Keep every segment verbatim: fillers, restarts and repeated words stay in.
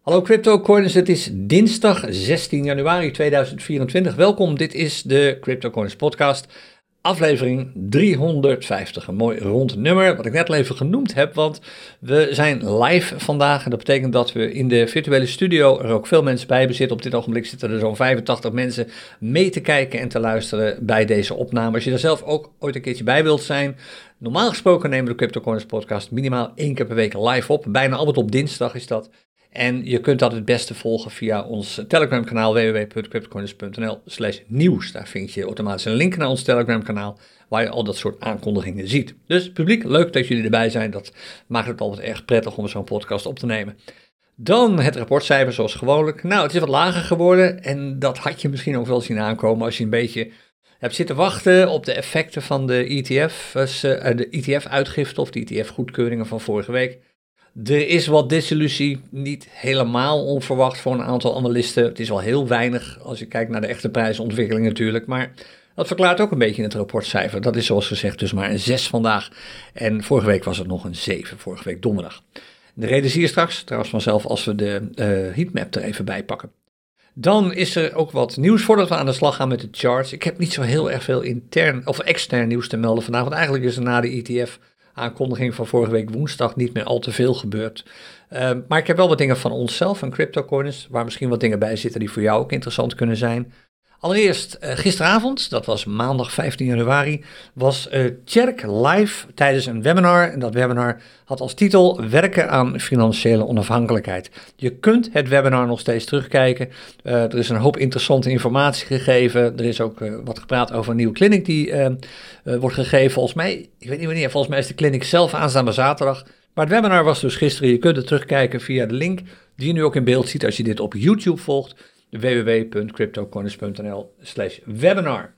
Hallo CryptoCoiners, het is dinsdag zestien januari tweeduizend vierentwintig. Welkom, dit is de CryptoCoiners podcast, aflevering driehonderdvijftig. Een mooi rond nummer, wat ik net al even genoemd heb, want we zijn live vandaag. En dat betekent dat we in de virtuele studio er ook veel mensen bij hebben zitten. Op dit ogenblik zitten er zo'n vijfentachtig mensen mee te kijken en te luisteren bij deze opname. Als je er zelf ook ooit een keertje bij wilt zijn, normaal gesproken nemen we de CryptoCoiners podcast minimaal één keer per week live op. Bijna altijd op dinsdag is dat. En je kunt dat het beste volgen via ons Telegram kanaal w w w punt cryptocoiners punt n l slash nieuws. Daar vind je automatisch een link naar ons Telegram kanaal waar je al dat soort aankondigingen ziet. Dus publiek, leuk dat jullie erbij zijn. Dat maakt het altijd erg prettig om zo'n podcast op te nemen. Dan het rapportcijfer zoals gewoonlijk. Nou, het is wat lager geworden en dat had je misschien ook wel zien aankomen als je een beetje hebt zitten wachten op de effecten van de E T F, de E T F-uitgifte of de E T F-goedkeuringen van vorige week. Er is wat desillusie, niet helemaal onverwacht voor een aantal analisten. Het is wel heel weinig als je kijkt naar de echte prijsontwikkeling natuurlijk. Maar dat verklaart ook een beetje het rapportcijfer. Dat is zoals gezegd dus maar een zes vandaag. En vorige week was het nog een zeven, vorige week donderdag. De reden zie je straks, trouwens vanzelf als we de uh, heatmap er even bij pakken. Dan is er ook wat nieuws voordat we aan de slag gaan met de charts. Ik heb niet zo heel erg veel intern of extern nieuws te melden vandaag. Want eigenlijk is er na de E T F aankondiging van vorige week woensdag niet meer al te veel gebeurd. Uh, maar ik heb wel wat dingen van onszelf, van CryptoCoiners, waar misschien wat dingen bij zitten die voor jou ook interessant kunnen zijn. Allereerst, uh, gisteravond, dat was maandag vijftien januari, was uh, Tjerk live tijdens een webinar. En dat webinar had als titel Werken aan financiële onafhankelijkheid. Je kunt het webinar nog steeds terugkijken. Uh, er is een hoop interessante informatie gegeven. Er is ook uh, wat gepraat over een nieuwe clinic die uh, uh, wordt gegeven. Volgens mij, ik weet niet wanneer, volgens mij is de clinic zelf aanstaande zaterdag. Maar het webinar was dus gisteren. Je kunt het terugkijken via de link die je nu ook in beeld ziet als je dit op YouTube volgt. w w w punt cryptocoiners punt n l slash webinar.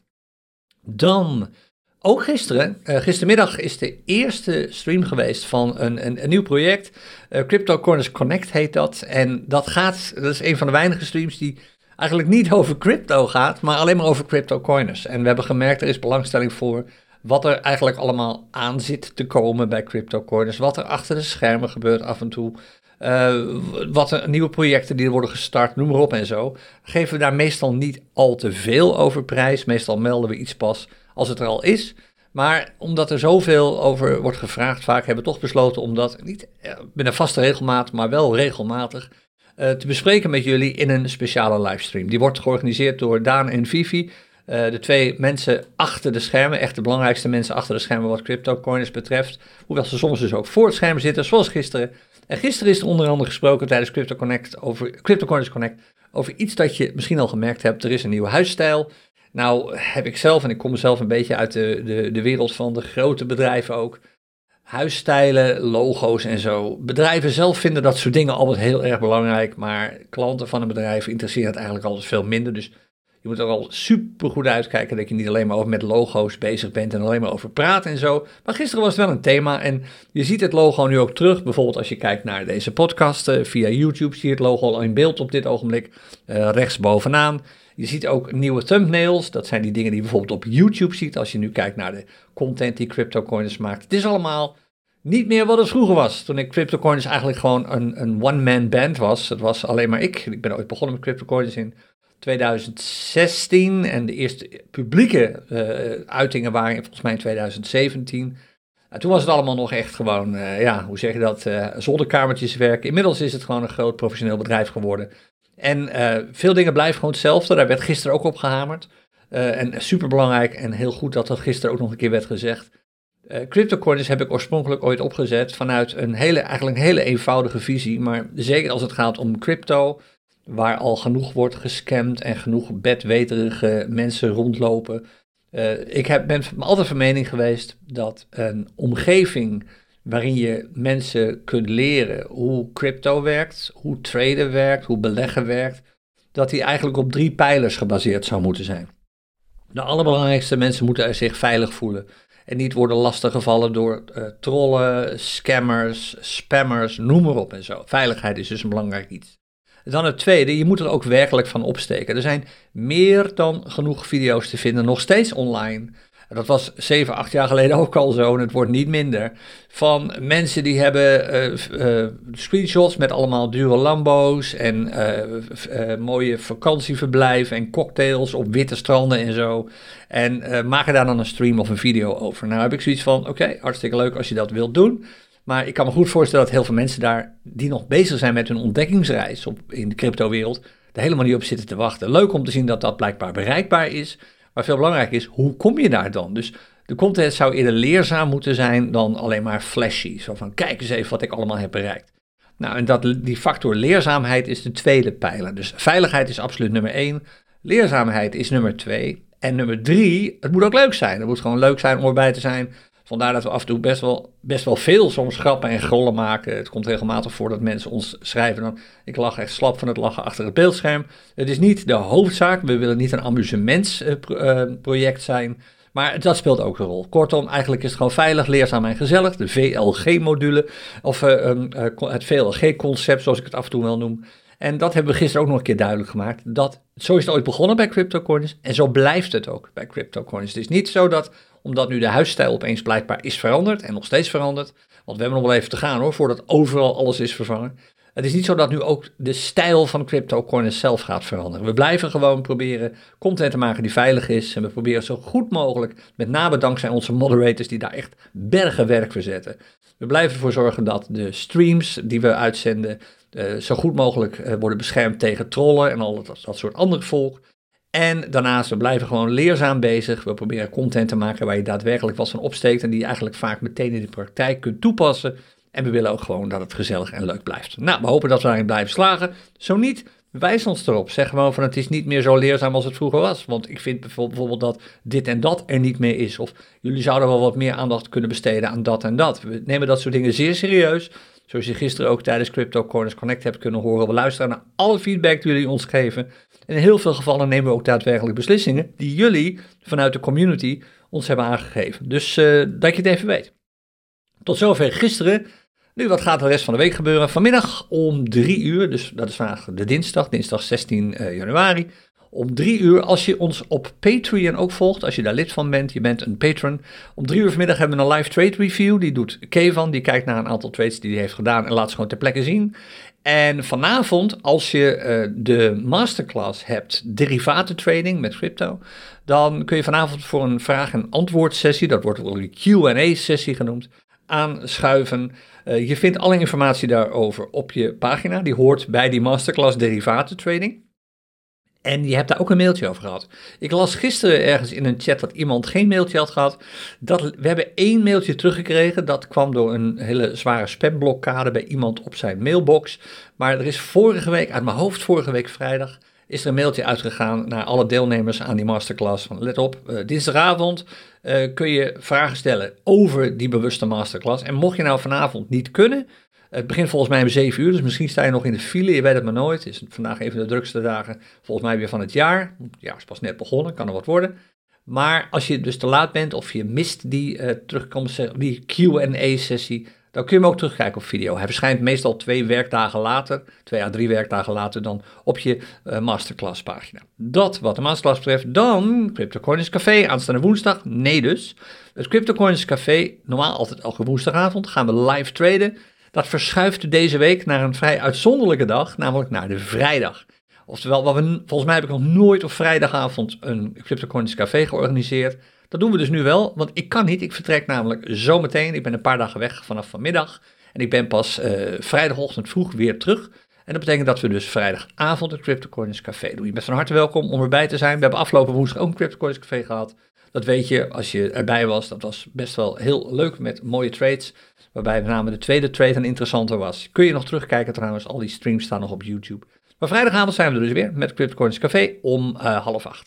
Dan, ook gisteren, uh, gistermiddag is de eerste stream geweest van een, een, een nieuw project. Uh, CryptoCoiners Connect heet dat. En dat gaat, dat is een van de weinige streams die eigenlijk niet over crypto gaat, maar alleen maar over CryptoCoiners. En we hebben gemerkt, er is belangstelling voor wat er eigenlijk allemaal aan zit te komen bij CryptoCoiners. Wat er achter de schermen gebeurt af en toe. Uh, wat er, nieuwe projecten die er worden gestart, noem maar op en zo. Geven we daar meestal niet al te veel over prijs. Meestal melden we iets pas als het er al is. Maar omdat er zoveel over wordt gevraagd, vaak hebben we toch besloten om dat niet met een vaste regelmaat, maar wel regelmatig uh, te bespreken met jullie in een speciale livestream. Die wordt georganiseerd door Daan en Vivi. Uh, de twee mensen achter de schermen, echt de belangrijkste mensen achter de schermen wat CryptoCoiners betreft. Hoewel ze soms dus ook voor het scherm zitten, zoals gisteren. En gisteren is er onder andere gesproken tijdens Crypto Connect over, CryptoCoiners Connect over iets dat je misschien al gemerkt hebt. Er is een nieuwe huisstijl. Nou heb ik zelf, en ik kom zelf een beetje uit de, de, de wereld van de grote bedrijven ook, huisstijlen, logo's en zo. Bedrijven zelf vinden dat soort dingen altijd heel erg belangrijk, maar klanten van een bedrijf interesseren het eigenlijk altijd veel minder. Dus je moet er al super goed uitkijken dat je niet alleen maar over met logo's bezig bent en alleen maar over praat en zo. Maar gisteren was het wel een thema en je ziet het logo nu ook terug. Bijvoorbeeld als je kijkt naar deze podcast uh, via YouTube, zie je het logo al in beeld op dit ogenblik, uh, rechtsbovenaan. Je ziet ook nieuwe thumbnails. Dat zijn die dingen die je bijvoorbeeld op YouTube ziet als je nu kijkt naar de content die CryptoCoiners maakt. Het is allemaal niet meer wat het vroeger was. Toen ik CryptoCoiners eigenlijk gewoon een, een one-man band was. Het was alleen maar ik. Ik ben ooit begonnen met CryptoCoiners in tweeduizend zestien en de eerste publieke uh, uitingen waren volgens mij in tweeduizend zeventien. Uh, toen was het allemaal nog echt gewoon, uh, ja, hoe zeg je dat, uh, zolderkamertjes werken. Inmiddels is het gewoon een groot professioneel bedrijf geworden. En uh, veel dingen blijven gewoon hetzelfde. Daar werd gisteren ook op gehamerd. Uh, en superbelangrijk en heel goed dat dat gisteren ook nog een keer werd gezegd. Uh, CryptoCoiners heb ik oorspronkelijk ooit opgezet vanuit een hele, eigenlijk een hele eenvoudige visie. Maar zeker als het gaat om crypto, waar al genoeg wordt gescamd en genoeg bedweterige mensen rondlopen. Uh, ik heb, ben altijd van mening geweest dat een omgeving waarin je mensen kunt leren hoe crypto werkt, hoe traden werkt, hoe beleggen werkt, dat die eigenlijk op drie pijlers gebaseerd zou moeten zijn. De allerbelangrijkste, mensen moeten er zich veilig voelen en niet worden lastiggevallen door uh, trollen, scammers, spammers, noem maar op en zo. Veiligheid is dus een belangrijk iets. Dan het tweede, je moet er ook werkelijk van opsteken. Er zijn meer dan genoeg video's te vinden, nog steeds online, dat was zeven, acht jaar geleden ook al zo en het wordt niet minder, van mensen die hebben uh, uh, screenshots met allemaal dure Lambo's en uh, uh, mooie vakantieverblijven en cocktails op witte stranden en zo. En uh, maken daar dan een stream of een video over. Nou heb ik zoiets van, oké, okay, hartstikke leuk als je dat wilt doen. Maar ik kan me goed voorstellen dat heel veel mensen daar, die nog bezig zijn met hun ontdekkingsreis op, in de cryptowereld, er helemaal niet op zitten te wachten. Leuk om te zien dat dat blijkbaar bereikbaar is. Maar veel belangrijker is, hoe kom je daar dan? Dus de content zou eerder leerzaam moeten zijn dan alleen maar flashy. Zo van, kijk eens even wat ik allemaal heb bereikt. Nou, en dat, die factor leerzaamheid is de tweede pijler. Dus veiligheid is absoluut nummer één. Leerzaamheid is nummer twee. En nummer drie, het moet ook leuk zijn. Het moet gewoon leuk zijn om erbij te zijn. Vandaar dat we af en toe best wel, best wel veel soms grappen en grollen maken. Het komt regelmatig voor dat mensen ons schrijven. Dan, ik lach echt slap van het lachen achter het beeldscherm. Het is niet de hoofdzaak. We willen niet een amusementsproject zijn. Maar dat speelt ook een rol. Kortom, eigenlijk is het gewoon veilig, leerzaam en gezellig. De V L G-module, of uh, um, uh, het V L G-concept, zoals ik het af en toe wel noem. En dat hebben we gisteren ook nog een keer duidelijk gemaakt. Dat, zo is het ooit begonnen bij CryptoCoins en zo blijft het ook bij CryptoCoins. Het is niet zo dat, omdat nu de huisstijl opeens blijkbaar is veranderd en nog steeds veranderd, want we hebben nog wel even te gaan hoor, voordat overal alles is vervangen. Het is niet zo dat nu ook de stijl van CryptoCoins zelf gaat veranderen. We blijven gewoon proberen content te maken die veilig is en we proberen zo goed mogelijk, met name dankzij onze moderators die daar echt bergen werk verzetten. We blijven ervoor zorgen dat de streams die we uitzenden uh, zo goed mogelijk uh, worden beschermd tegen trollen en al dat, dat soort andere volk. En daarnaast, we blijven gewoon leerzaam bezig. We proberen content te maken waar je daadwerkelijk wat van opsteekt en die je eigenlijk vaak meteen in de praktijk kunt toepassen. En we willen ook gewoon dat het gezellig en leuk blijft. Nou, we hopen dat we daarin blijven slagen. Zo niet, wijs ons erop. Zeg gewoon van het is niet meer zo leerzaam als het vroeger was. Want ik vind bijvoorbeeld dat dit en dat er niet meer is. Of jullie zouden wel wat meer aandacht kunnen besteden aan dat en dat. We nemen dat soort dingen zeer serieus. Zoals je gisteren ook tijdens CryptoCoins Connect hebt kunnen horen. We luisteren naar alle feedback die jullie ons geven. En in heel veel gevallen nemen we ook daadwerkelijk beslissingen die jullie vanuit de community ons hebben aangegeven. Dus uh, dat je het even weet. Tot zover gisteren. Nu, wat gaat de rest van de week gebeuren? Vanmiddag om drie uur, dus dat is vandaag de dinsdag, dinsdag zestien januari. Om drie uur, als je ons op Patreon ook volgt, als je daar lid van bent, je bent een patron. Om drie uur vanmiddag hebben we een live trade review, die doet Kevan, die kijkt naar een aantal trades die hij heeft gedaan en laat ze gewoon ter plekke zien. En vanavond, als je uh, de masterclass hebt, derivaten trading met crypto, dan kun je vanavond voor een vraag- en antwoord sessie, dat wordt wel een Q en A sessie genoemd, aanschuiven. Uh, je vindt alle informatie daarover op je pagina. Die hoort bij die masterclass derivaten trading. En je hebt daar ook een mailtje over gehad. Ik las gisteren ergens in een chat dat iemand geen mailtje had gehad. Dat, we hebben één mailtje teruggekregen. Dat kwam door een hele zware spamblokkade bij iemand op zijn mailbox. Maar er is vorige week, uit mijn hoofd vorige week vrijdag, is er een mailtje uitgegaan naar alle deelnemers aan die masterclass. Van, let op, uh, dinsdagavond uh, kun je vragen stellen over die bewuste masterclass. En mocht je nou vanavond niet kunnen, het begint volgens mij om zeven uur, dus misschien sta je nog in de file, je weet het maar nooit. Het is vandaag even de drukste dagen, volgens mij weer van het jaar. Ja, het is pas net begonnen, kan er wat worden. Maar als je dus te laat bent of je mist die, uh, terugkomst, die Q en A sessie, dan kun je hem ook terugkijken op video. Hij verschijnt meestal twee werkdagen later, twee à drie werkdagen later dan op je uh, masterclass pagina. Dat wat de masterclass betreft, dan CryptoCoins Café, aanstaande woensdag. Nee dus. Het CryptoCoins Café, normaal altijd elke woensdagavond, gaan we live traden. Dat verschuift deze week naar een vrij uitzonderlijke dag, namelijk naar de vrijdag. Oftewel, wat we, volgens mij heb ik nog nooit op vrijdagavond een CryptoCoins Café georganiseerd. Dat doen we dus nu wel, want ik kan niet. Ik vertrek namelijk zometeen. Ik ben een paar dagen weg vanaf vanmiddag. En ik ben pas uh, vrijdagochtend vroeg weer terug. En dat betekent dat we dus vrijdagavond het CryptoCoins Café doen. Je bent van harte welkom om erbij te zijn. We hebben afgelopen woensdag ook een CryptoCoins Café gehad. Dat weet je als je erbij was. Dat was best wel heel leuk met mooie trades. Waarbij met name de tweede trade een interessanter was. Kun je nog terugkijken trouwens. Al die streams staan nog op YouTube. Maar vrijdagavond zijn we er dus weer met CryptoCoins Café om uh, half acht.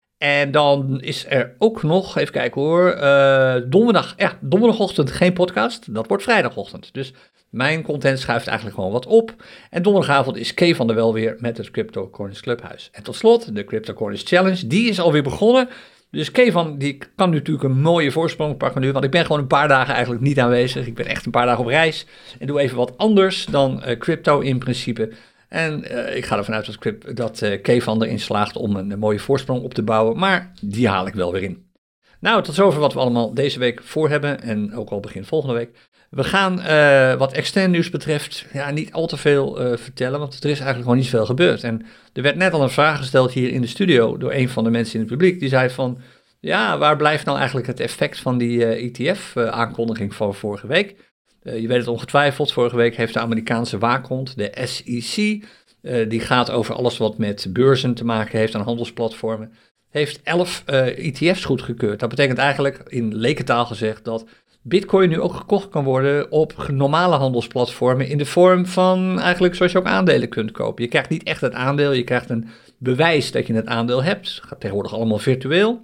En dan is er ook nog, even kijken hoor, uh, donderdag, ja, donderdagochtend geen podcast, dat wordt vrijdagochtend. Dus mijn content schuift eigenlijk gewoon wat op. En donderdagavond is Kay van der Wel weer met het CryptoCoins Clubhuis. En tot slot, de CryptoCoins Challenge, die is alweer begonnen. Dus Kay van, die kan natuurlijk een mooie voorsprong pakken nu, want ik ben gewoon een paar dagen eigenlijk niet aanwezig. Ik ben echt een paar dagen op reis en doe even wat anders dan uh, crypto in principe. En uh, ik ga ervan uit dat, dat uh, Kay van erin slaagt om een, een mooie voorsprong op te bouwen, maar die haal ik wel weer in. Nou, tot zover wat we allemaal deze week voor hebben en ook al begin volgende week. We gaan uh, wat extern nieuws betreft ja, niet al te veel uh, vertellen, want er is eigenlijk gewoon niet zoveel gebeurd. En er werd net al een vraag gesteld hier in de studio door een van de mensen in het publiek. Die zei van, ja, waar blijft nou eigenlijk het effect van die uh, E T F-aankondiging uh, van vorige week? Uh, je weet het ongetwijfeld, vorige week heeft de Amerikaanse waakhond, de S E C, uh, die gaat over alles wat met beurzen te maken heeft en handelsplatformen, heeft elf uh, E T F's goedgekeurd. Dat betekent eigenlijk, in lekentaal gezegd, dat Bitcoin nu ook gekocht kan worden op normale handelsplatformen in de vorm van eigenlijk zoals je ook aandelen kunt kopen. Je krijgt niet echt het aandeel, je krijgt een bewijs dat je het aandeel hebt. Het gaat tegenwoordig allemaal virtueel.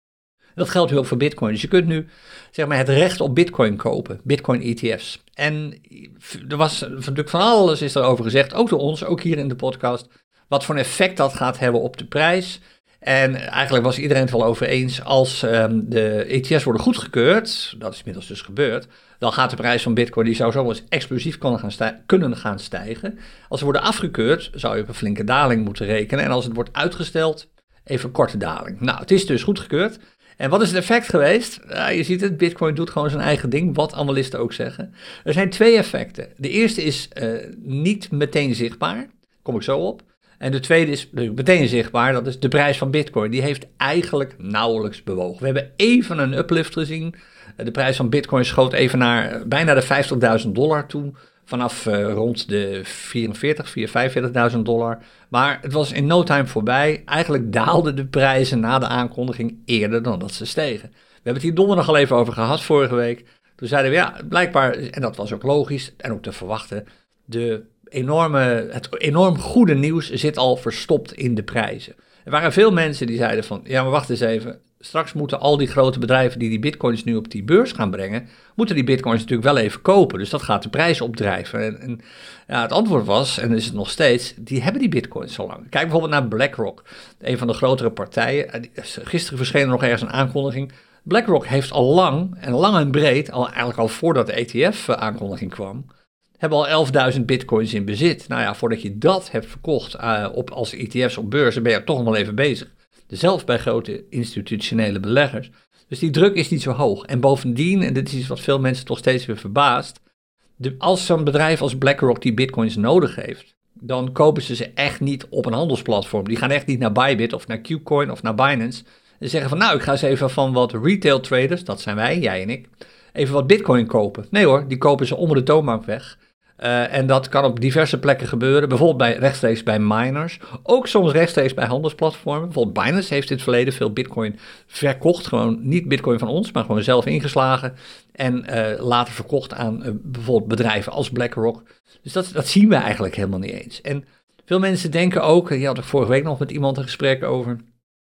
Dat geldt nu ook voor Bitcoin. Dus je kunt nu zeg maar het recht op Bitcoin kopen, Bitcoin E T F's. En er was natuurlijk van alles is erover gezegd, ook door ons, ook hier in de podcast, wat voor een effect dat gaat hebben op de prijs. En eigenlijk was iedereen het wel over eens, als um, de E T F's worden goedgekeurd, dat is inmiddels dus gebeurd, dan gaat de prijs van Bitcoin, die zou zo eens explosief kunnen gaan, stij- kunnen gaan stijgen. Als ze worden afgekeurd, zou je op een flinke daling moeten rekenen. En als het wordt uitgesteld, even een korte daling. Nou, het is dus goedgekeurd. En wat is het effect geweest? Ja, je ziet het, Bitcoin doet gewoon zijn eigen ding, wat analisten ook zeggen. Er zijn twee effecten. De eerste is uh, niet meteen zichtbaar, daar kom ik zo op. En de tweede is meteen zichtbaar, dat is de prijs van Bitcoin. Die heeft eigenlijk nauwelijks bewogen. We hebben even een uplift gezien. De prijs van Bitcoin schoot even naar bijna de vijftigduizend dollar toe. Vanaf uh, rond de vierenveertig, vijfenveertigduizend dollar. Maar het was in no time voorbij. Eigenlijk daalden de prijzen na de aankondiging eerder dan dat ze stegen. We hebben het hier donderdag al even over gehad vorige week. Toen zeiden we ja, blijkbaar, en dat was ook logisch en ook te verwachten, de enorme, het enorm goede nieuws zit al verstopt in de prijzen. Er waren veel mensen die zeiden van, ja maar wacht eens even, straks moeten al die grote bedrijven die die bitcoins nu op die beurs gaan brengen, moeten die bitcoins natuurlijk wel even kopen. Dus dat gaat de prijs opdrijven. En, en ja, het antwoord was, en is het nog steeds, die hebben die bitcoins al lang. Kijk bijvoorbeeld naar BlackRock, een van de grotere partijen. Gisteren verscheen er nog ergens een aankondiging. BlackRock heeft al lang, en lang en breed, al, eigenlijk al voordat de E T F-aankondiging kwam, hebben al elfduizend bitcoins in bezit. Nou ja, voordat je dat hebt verkocht uh, op, als E T F's op beurzen, ben je toch nog wel even bezig. Zelfs bij grote institutionele beleggers. Dus die druk is niet zo hoog. En bovendien, en dit is iets wat veel mensen toch steeds weer verbaast, de, als zo'n bedrijf als BlackRock die bitcoins nodig heeft, dan kopen ze ze echt niet op een handelsplatform. Die gaan echt niet naar Bybit of naar Qcoin of naar Binance en zeggen van nou, ik ga eens even van wat retail traders, dat zijn wij, jij en ik, even wat bitcoin kopen. Nee hoor, die kopen ze onder de toonbank weg. Uh, en dat kan op diverse plekken gebeuren, bijvoorbeeld bij, rechtstreeks bij miners, ook soms rechtstreeks bij handelsplatformen. Bijvoorbeeld Binance heeft in het verleden veel bitcoin verkocht, gewoon niet bitcoin van ons, maar gewoon zelf ingeslagen en uh, later verkocht aan uh, bijvoorbeeld bedrijven als BlackRock. Dus dat, dat zien we eigenlijk helemaal niet eens. En veel mensen denken ook, hier had ik vorige week nog met iemand een gesprek over,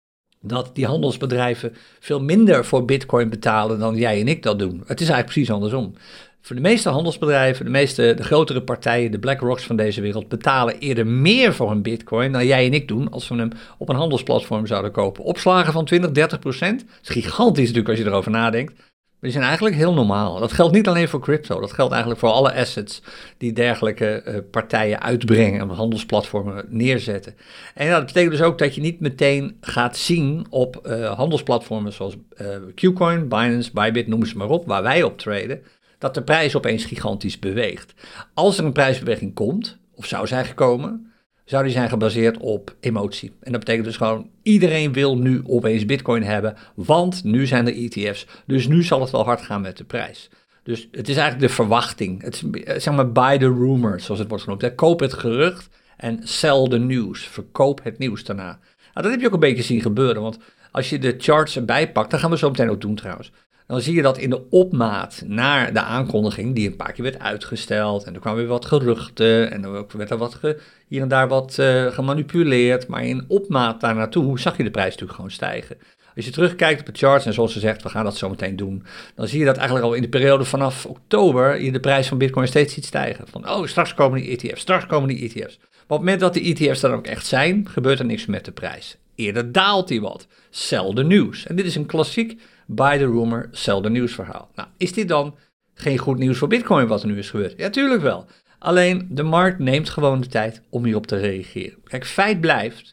dat die handelsbedrijven veel minder voor bitcoin betalen dan jij en ik dat doen. Het is eigenlijk precies andersom. Voor de meeste handelsbedrijven, de meeste de grotere partijen, de BlackRocks van deze wereld, betalen eerder meer voor een bitcoin dan jij en ik doen als we hem op een handelsplatform zouden kopen. Opslagen van twintig, dertig procent, dat is gigantisch natuurlijk als je erover nadenkt. Maar die zijn eigenlijk heel normaal. Dat geldt niet alleen voor crypto, dat geldt eigenlijk voor alle assets die dergelijke uh, partijen uitbrengen en op handelsplatformen neerzetten. En ja, dat betekent dus ook dat je niet meteen gaat zien op uh, handelsplatformen zoals uh, Qcoin, Binance, Bybit, noem ze maar op, waar wij op traden, dat de prijs opeens gigantisch beweegt. Als er een prijsbeweging komt, of zou zijn gekomen, zou die zijn gebaseerd op emotie. En dat betekent dus gewoon, iedereen wil nu opeens bitcoin hebben, want nu zijn er E T F's, dus nu zal het wel hard gaan met de prijs. Dus het is eigenlijk de verwachting, het is, zeg maar buy the rumor, zoals het wordt genoemd. Hè. Koop het gerucht en sell the news, verkoop het nieuws daarna. Nou, dat heb je ook een beetje zien gebeuren, want als je de charts erbij pakt, dat gaan we zo meteen ook doen trouwens, dan zie je dat in de opmaat naar de aankondiging, die een paar keer werd uitgesteld, en er kwamen weer wat geruchten, en er werd er wat ge, hier en daar wat uh, gemanipuleerd, maar in opmaat daar naartoe zag je de prijs natuurlijk gewoon stijgen. Als je terugkijkt op de charts, en zoals ze zegt, we gaan dat zo meteen doen, dan zie je dat eigenlijk al in de periode vanaf oktober je de prijs van Bitcoin steeds ziet stijgen. Van, oh, straks komen die E T F's, straks komen die E T F's. Maar op het moment dat de E T F's dan ook echt zijn, gebeurt er niks met de prijs. Eerder daalt die wat. Sell the news. En dit is een klassiek buy the rumor, sell the news verhaal. Nou, is dit dan geen goed nieuws voor Bitcoin wat er nu is gebeurd? Ja, tuurlijk wel. Alleen de markt neemt gewoon de tijd om hierop te reageren. Kijk, feit blijft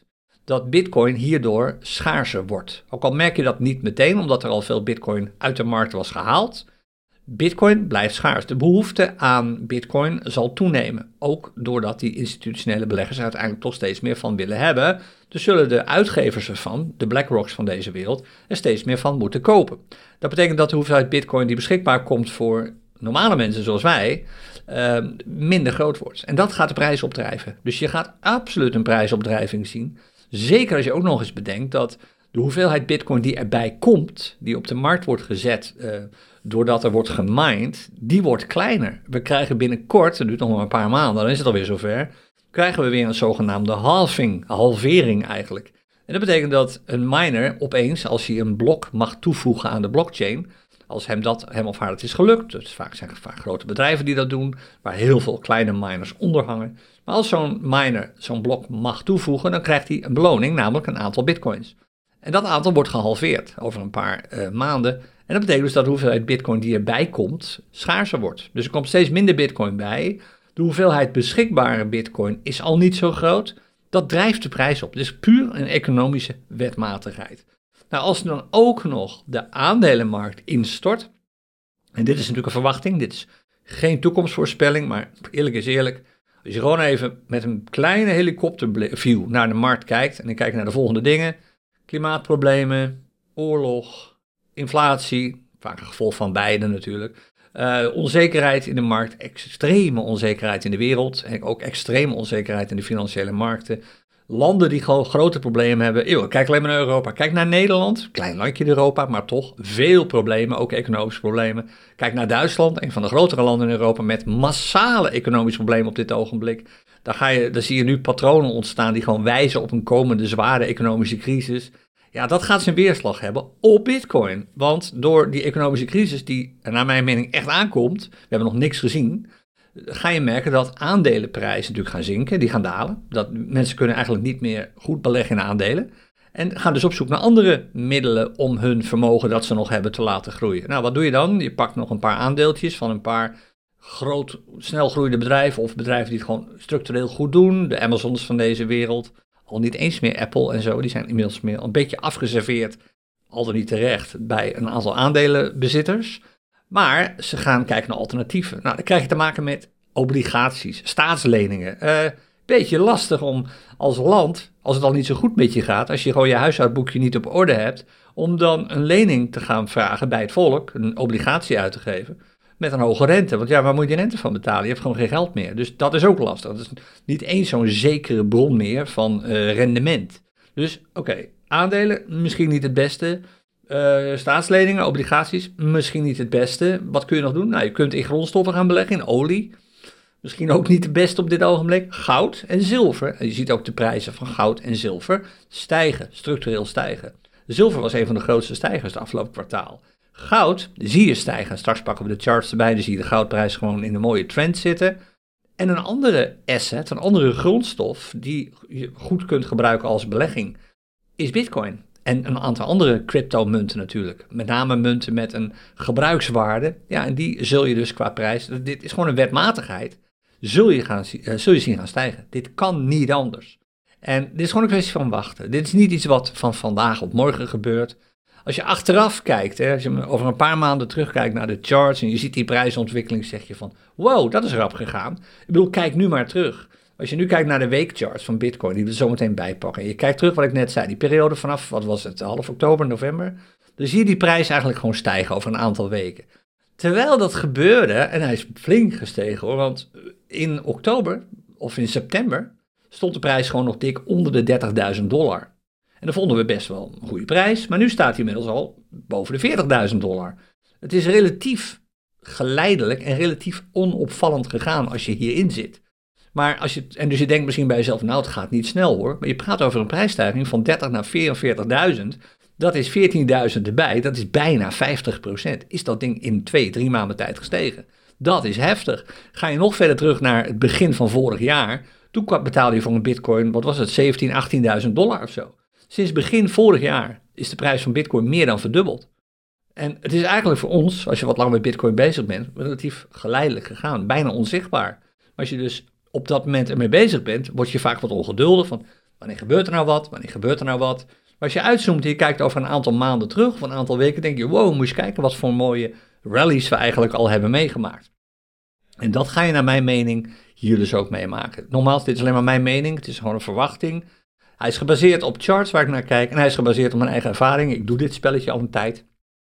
dat bitcoin hierdoor schaarser wordt. Ook al merk je dat niet meteen, omdat er al veel bitcoin uit de markt was gehaald. Bitcoin blijft schaars. De behoefte aan bitcoin zal toenemen. Ook doordat die institutionele beleggers er uiteindelijk toch steeds meer van willen hebben. Dus zullen de uitgevers ervan, de BlackRocks van deze wereld, er steeds meer van moeten kopen. Dat betekent dat de hoeveelheid bitcoin die beschikbaar komt voor normale mensen zoals wij, uh, minder groot wordt. En dat gaat de prijs opdrijven. Dus je gaat absoluut een prijsopdrijving zien. Zeker als je ook nog eens bedenkt dat de hoeveelheid bitcoin die erbij komt, die op de markt wordt gezet uh, doordat er wordt gemined, die wordt kleiner. We krijgen binnenkort, het duurt nog maar een paar maanden, dan is het alweer zover, krijgen we weer een zogenaamde halving, halvering eigenlijk. En dat betekent dat een miner opeens, als hij een blok mag toevoegen aan de blockchain, als hem, dat, hem of haar dat is gelukt, dus vaak zijn vaak grote bedrijven die dat doen, waar heel veel kleine miners onder hangen. Maar als zo'n miner zo'n blok mag toevoegen, dan krijgt hij een beloning, namelijk een aantal bitcoins. En dat aantal wordt gehalveerd over een paar uh, maanden. En dat betekent dus dat de hoeveelheid bitcoin die erbij komt, schaarser wordt. Dus er komt steeds minder bitcoin bij. De hoeveelheid beschikbare bitcoin is al niet zo groot. Dat drijft de prijs op. Dus puur een economische wetmatigheid. Nou, als dan ook nog de aandelenmarkt instort, en dit is natuurlijk een verwachting, dit is geen toekomstvoorspelling, maar eerlijk is eerlijk, als je gewoon even met een kleine helikopterview naar de markt kijkt, en dan kijk je naar de volgende dingen, klimaatproblemen, oorlog, inflatie, vaak een gevolg van beide natuurlijk, uh, onzekerheid in de markt, extreme onzekerheid in de wereld, en ook extreme onzekerheid in de financiële markten. Landen die gewoon grote problemen hebben. Eeuw, kijk alleen maar naar Europa. Kijk naar Nederland. Klein landje in Europa, maar toch veel problemen. Ook economische problemen. Kijk naar Duitsland, een van de grotere landen in Europa met massale economische problemen op dit ogenblik. Daar, ga je, daar zie je nu patronen ontstaan die gewoon wijzen op een komende zware economische crisis. Ja, dat gaat zijn weerslag hebben op bitcoin. Want door die economische crisis die er naar mijn mening echt aankomt, we hebben nog niks gezien, ga je merken dat aandelenprijzen natuurlijk gaan zinken, die gaan dalen. Dat mensen kunnen eigenlijk niet meer goed beleggen in aandelen. En gaan dus op zoek naar andere middelen om hun vermogen dat ze nog hebben te laten groeien. Nou, wat doe je dan? Je pakt nog een paar aandeeltjes van een paar groot, snel groeiende bedrijven of bedrijven die het gewoon structureel goed doen. De Amazons van deze wereld, al niet eens meer Apple en zo, die zijn inmiddels meer een beetje afgeserveerd, al dan niet terecht, bij een aantal aandelenbezitters. Maar ze gaan kijken naar alternatieven. Nou, dan krijg je te maken met obligaties, staatsleningen. Uh, beetje lastig om als land, als het al niet zo goed met je gaat, als je gewoon je huishoudboekje niet op orde hebt, om dan een lening te gaan vragen bij het volk, een obligatie uit te geven, met een hoge rente. Want ja, waar moet je die rente van betalen? Je hebt gewoon geen geld meer. Dus dat is ook lastig. Dat is niet eens zo'n zekere bron meer van uh, rendement. Dus oké, okay, aandelen, misschien niet het beste. Uh, staatsleningen, obligaties, misschien niet het beste. Wat kun je nog doen? Nou, je kunt in grondstoffen gaan beleggen, in olie. Misschien ook niet het beste op dit ogenblik. Goud en zilver. En je ziet ook de prijzen van goud en zilver stijgen, structureel stijgen. Zilver was een van de grootste stijgers het afgelopen kwartaal. Goud zie je stijgen. Straks pakken we de charts erbij, dan zie je de goudprijs gewoon in een mooie trend zitten. En een andere asset, een andere grondstof die je goed kunt gebruiken als belegging, is bitcoin. En een aantal andere cryptomunten natuurlijk. Met name munten met een gebruikswaarde. Ja, en die zul je dus qua prijs, dit is gewoon een wetmatigheid, zul je, gaan, uh, zul je zien gaan stijgen. Dit kan niet anders. En dit is gewoon een kwestie van wachten. Dit is niet iets wat van vandaag op morgen gebeurt. Als je achteraf kijkt, hè, als je over een paar maanden terugkijkt naar de charts en je ziet die prijsontwikkeling, zeg je van, wow, dat is rap gegaan. Ik bedoel, kijk nu maar terug. Als je nu kijkt naar de weekcharts van Bitcoin, die we er zo meteen bijpakken, en je kijkt terug wat ik net zei, die periode vanaf, wat was het, half oktober, november, dan zie je die prijs eigenlijk gewoon stijgen over een aantal weken. Terwijl dat gebeurde, en hij is flink gestegen hoor, want in oktober of in september stond de prijs gewoon nog dik onder de dertigduizend dollar. En dat vonden we best wel een goede prijs, maar nu staat hij inmiddels al boven de veertigduizend dollar. Het is relatief geleidelijk en relatief onopvallend gegaan als je hierin zit. Maar als je, en dus je denkt misschien bij jezelf, nou het gaat niet snel hoor, maar je praat over een prijsstijging van dertig naar vierenveertigduizend, dat is veertienduizend erbij, dat is bijna vijftig procent. Is dat ding in twee, drie maanden tijd gestegen? Dat is heftig. Ga je nog verder terug naar het begin van vorig jaar, toen betaalde je voor een bitcoin, wat was het, zeventienduizend, achttienduizend dollar of zo. Sinds begin vorig jaar is de prijs van bitcoin meer dan verdubbeld. En het is eigenlijk voor ons, als je wat langer met bitcoin bezig bent, relatief geleidelijk gegaan, bijna onzichtbaar. Maar als je dus op dat moment ermee bezig bent, word je vaak wat ongeduldig van, Wanneer gebeurt er nou wat? Wanneer gebeurt er nou wat? Maar als je uitzoomt en je kijkt over een aantal maanden terug, of een aantal weken, denk je, wow, moet je kijken wat voor mooie rallies we eigenlijk al hebben meegemaakt. En dat ga je naar mijn mening hier dus ook meemaken. Nogmaals, dit is alleen maar mijn mening, het is gewoon een verwachting. Hij is gebaseerd op charts waar ik naar kijk en hij is gebaseerd op mijn eigen ervaring. Ik doe dit spelletje al een tijd.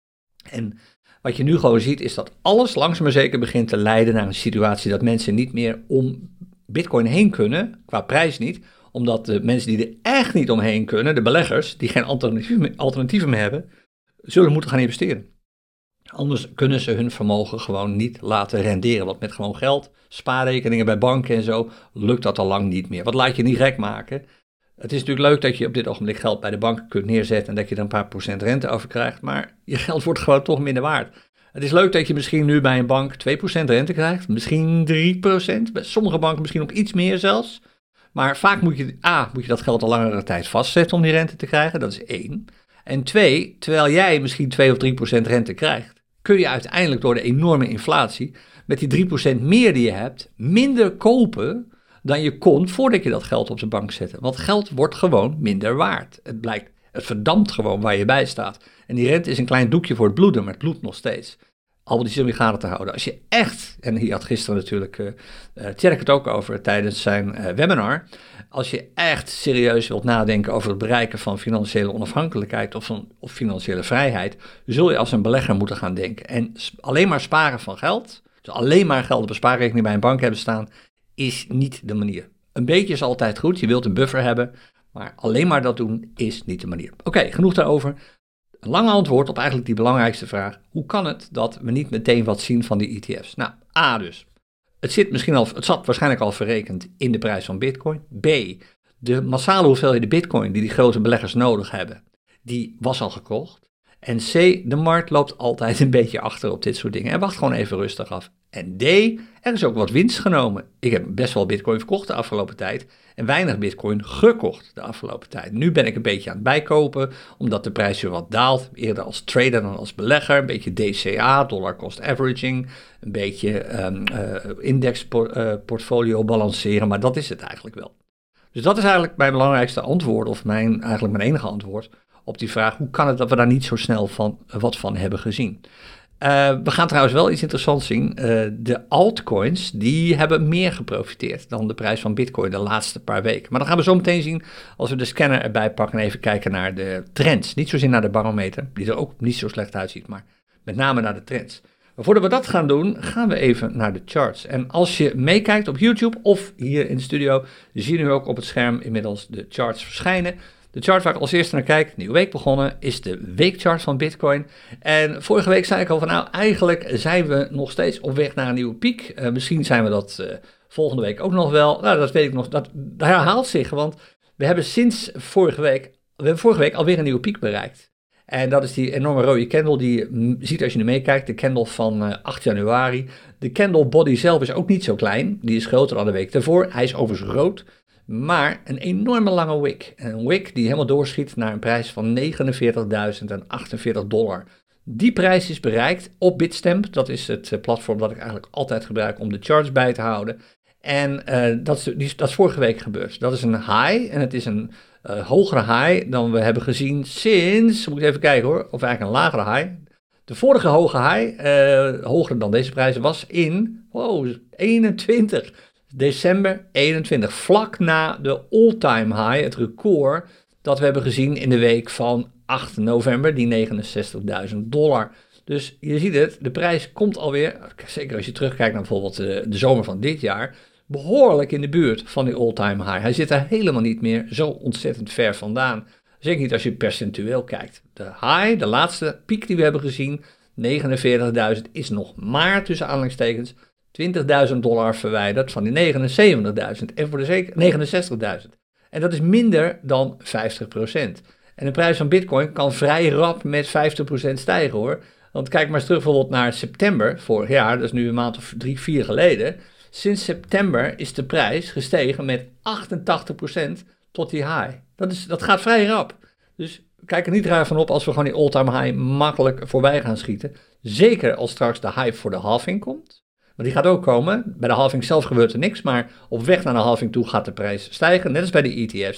En wat je nu gewoon ziet is dat alles langzaam maar zeker begint te leiden naar een situatie dat mensen niet meer om Bitcoin heen kunnen, qua prijs niet, omdat de mensen die er echt niet omheen kunnen, de beleggers, die geen alternatieven, alternatieven meer hebben, zullen moeten gaan investeren. Anders kunnen ze hun vermogen gewoon niet laten renderen, want met gewoon geld, spaarrekeningen bij banken en zo, lukt dat al lang niet meer. Wat laat je niet gek maken? Het is natuurlijk leuk dat je op dit ogenblik geld bij de bank kunt neerzetten en dat je er een paar procent rente over krijgt, maar je geld wordt gewoon toch minder waard. Het is leuk dat je misschien nu bij een bank twee procent rente krijgt, misschien drie procent, bij sommige banken misschien nog iets meer zelfs. Maar vaak moet je, A, moet je dat geld al langere tijd vastzetten om die rente te krijgen, dat is één. En twee, terwijl jij misschien twee of drie procent rente krijgt, kun je uiteindelijk door de enorme inflatie met die drie procent meer die je hebt, minder kopen dan je kon voordat je dat geld op de bank zette. Want geld wordt gewoon minder waard. Het blijkt, het verdampt gewoon waar je bij staat. En die rente is een klein doekje voor het bloeden, maar het bloedt nog steeds. Al die zin in de gaten te houden. Als je echt, en hier had gisteren natuurlijk uh, uh, Tjerk het ook over tijdens zijn uh, webinar. Als je echt serieus wilt nadenken over het bereiken van financiële onafhankelijkheid of, van, of financiële vrijheid, zul je als een belegger moeten gaan denken. En alleen maar sparen van geld, dus alleen maar geld op een spaarrekening bij een bank hebben staan, is niet de manier. Een beetje is altijd goed, je wilt een buffer hebben, maar alleen maar dat doen is niet de manier. Oké, okay, genoeg daarover. Een lang antwoord op eigenlijk die belangrijkste vraag. Hoe kan het dat we niet meteen wat zien van die E T F's? Nou, A dus. Het zit misschien al, het zat waarschijnlijk al verrekend in de prijs van Bitcoin. B, de massale hoeveelheden Bitcoin die die grote beleggers nodig hebben, die was al gekocht. En C, de markt loopt altijd een beetje achter op dit soort dingen en wacht gewoon even rustig af. En D, er is ook wat winst genomen. Ik heb best wel Bitcoin verkocht de afgelopen tijd en weinig Bitcoin gekocht de afgelopen tijd. Nu ben ik een beetje aan het bijkopen, omdat de prijs weer wat daalt. Eerder als trader dan als belegger. Een beetje D C A, dollar cost averaging. Een beetje um, uh, index uh, portfolio balanceren, maar dat is het eigenlijk wel. Dus dat is eigenlijk mijn belangrijkste antwoord, of mijn, eigenlijk mijn enige antwoord op die vraag. Hoe kan het dat we daar niet zo snel van, wat van hebben gezien? Uh, we gaan trouwens wel iets interessants zien. Uh, de altcoins, die hebben meer geprofiteerd dan de prijs van Bitcoin de laatste paar weken. Maar dat gaan we zo meteen zien als we de scanner erbij pakken en even kijken naar de trends. Niet zozeer naar de barometer, die er ook niet zo slecht uitziet, maar met name naar de trends. Maar voordat we dat gaan doen, gaan we even naar de charts. En als je meekijkt op YouTube of hier in de studio, zie je nu ook op het scherm inmiddels de charts verschijnen. De chart waar ik als eerste naar kijk, nieuwe week begonnen, is de weekchart van Bitcoin. En vorige week zei ik al van nou, eigenlijk zijn we nog steeds op weg naar een nieuwe piek. Uh, misschien zijn we dat uh, volgende week ook nog wel. Nou, dat weet ik nog, dat, dat herhaalt zich, want we hebben sinds vorige week, we hebben vorige week alweer een nieuwe piek bereikt. En dat is die enorme rode candle die je ziet als je nu meekijkt, de candle van uh, acht januari. De candle body zelf is ook niet zo klein, die is groter dan de week daarvoor. Hij is overigens rood. Maar een enorme lange wick. Een wick die helemaal doorschiet naar een prijs van negenenveertigduizend achtenveertig dollar. Die prijs is bereikt op Bitstamp. Dat is het platform dat ik eigenlijk altijd gebruik om de charts bij te houden. En uh, dat, is, die, dat is vorige week gebeurd. Dat is een high en het is een uh, hogere high dan we hebben gezien sinds, moet ik even kijken hoor, of eigenlijk een lagere high. De vorige hoge high, uh, hoger dan deze prijs, was in wow, eenentwintig. december eenentwintig, vlak na de all-time high, het record dat we hebben gezien in de week van acht november, die negenenzestigduizend dollar. Dus je ziet het, de prijs komt alweer, zeker als je terugkijkt naar bijvoorbeeld de, de zomer van dit jaar, behoorlijk in de buurt van die all-time high. Hij zit er helemaal niet meer zo ontzettend ver vandaan. Zeker niet als je percentueel kijkt. De high, de laatste piek die we hebben gezien, negenenveertigduizend, is nog maar tussen aanhalingstekens twintigduizend dollar verwijderd van die negenenzeventigduizend en voor de zeker negenenzestigduizend. En dat is minder dan vijftig procent. En de prijs van Bitcoin kan vrij rap met vijftig procent stijgen hoor. Want kijk maar eens terug bijvoorbeeld naar september vorig jaar, dat is nu een maand of drie, vier geleden. Sinds september is de prijs gestegen met achtentachtig procent tot die high. Dat, is, dat gaat vrij rap. Dus kijk er niet raar van op als we gewoon die all-time high makkelijk voorbij gaan schieten. Zeker als straks de hype voor de halving komt. Maar die gaat ook komen. Bij de halving zelf gebeurt er niks, maar op weg naar de halving toe gaat de prijs stijgen. Net als bij de E T F's.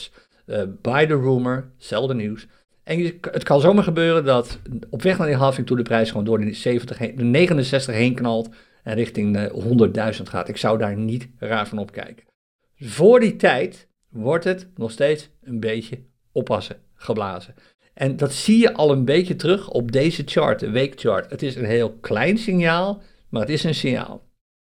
Uh, buy the rumor, sell the news. En je, het kan zomaar gebeuren dat op weg naar die halving toe de prijs gewoon door de, zeventig heen, de negenenzestig heen knalt en richting de honderdduizend gaat. Ik zou daar niet raar van opkijken. Voor die tijd wordt het nog steeds een beetje oppassen geblazen. En dat zie je al een beetje terug op deze chart, de weekchart. Het is een heel klein signaal, maar het is een signaal.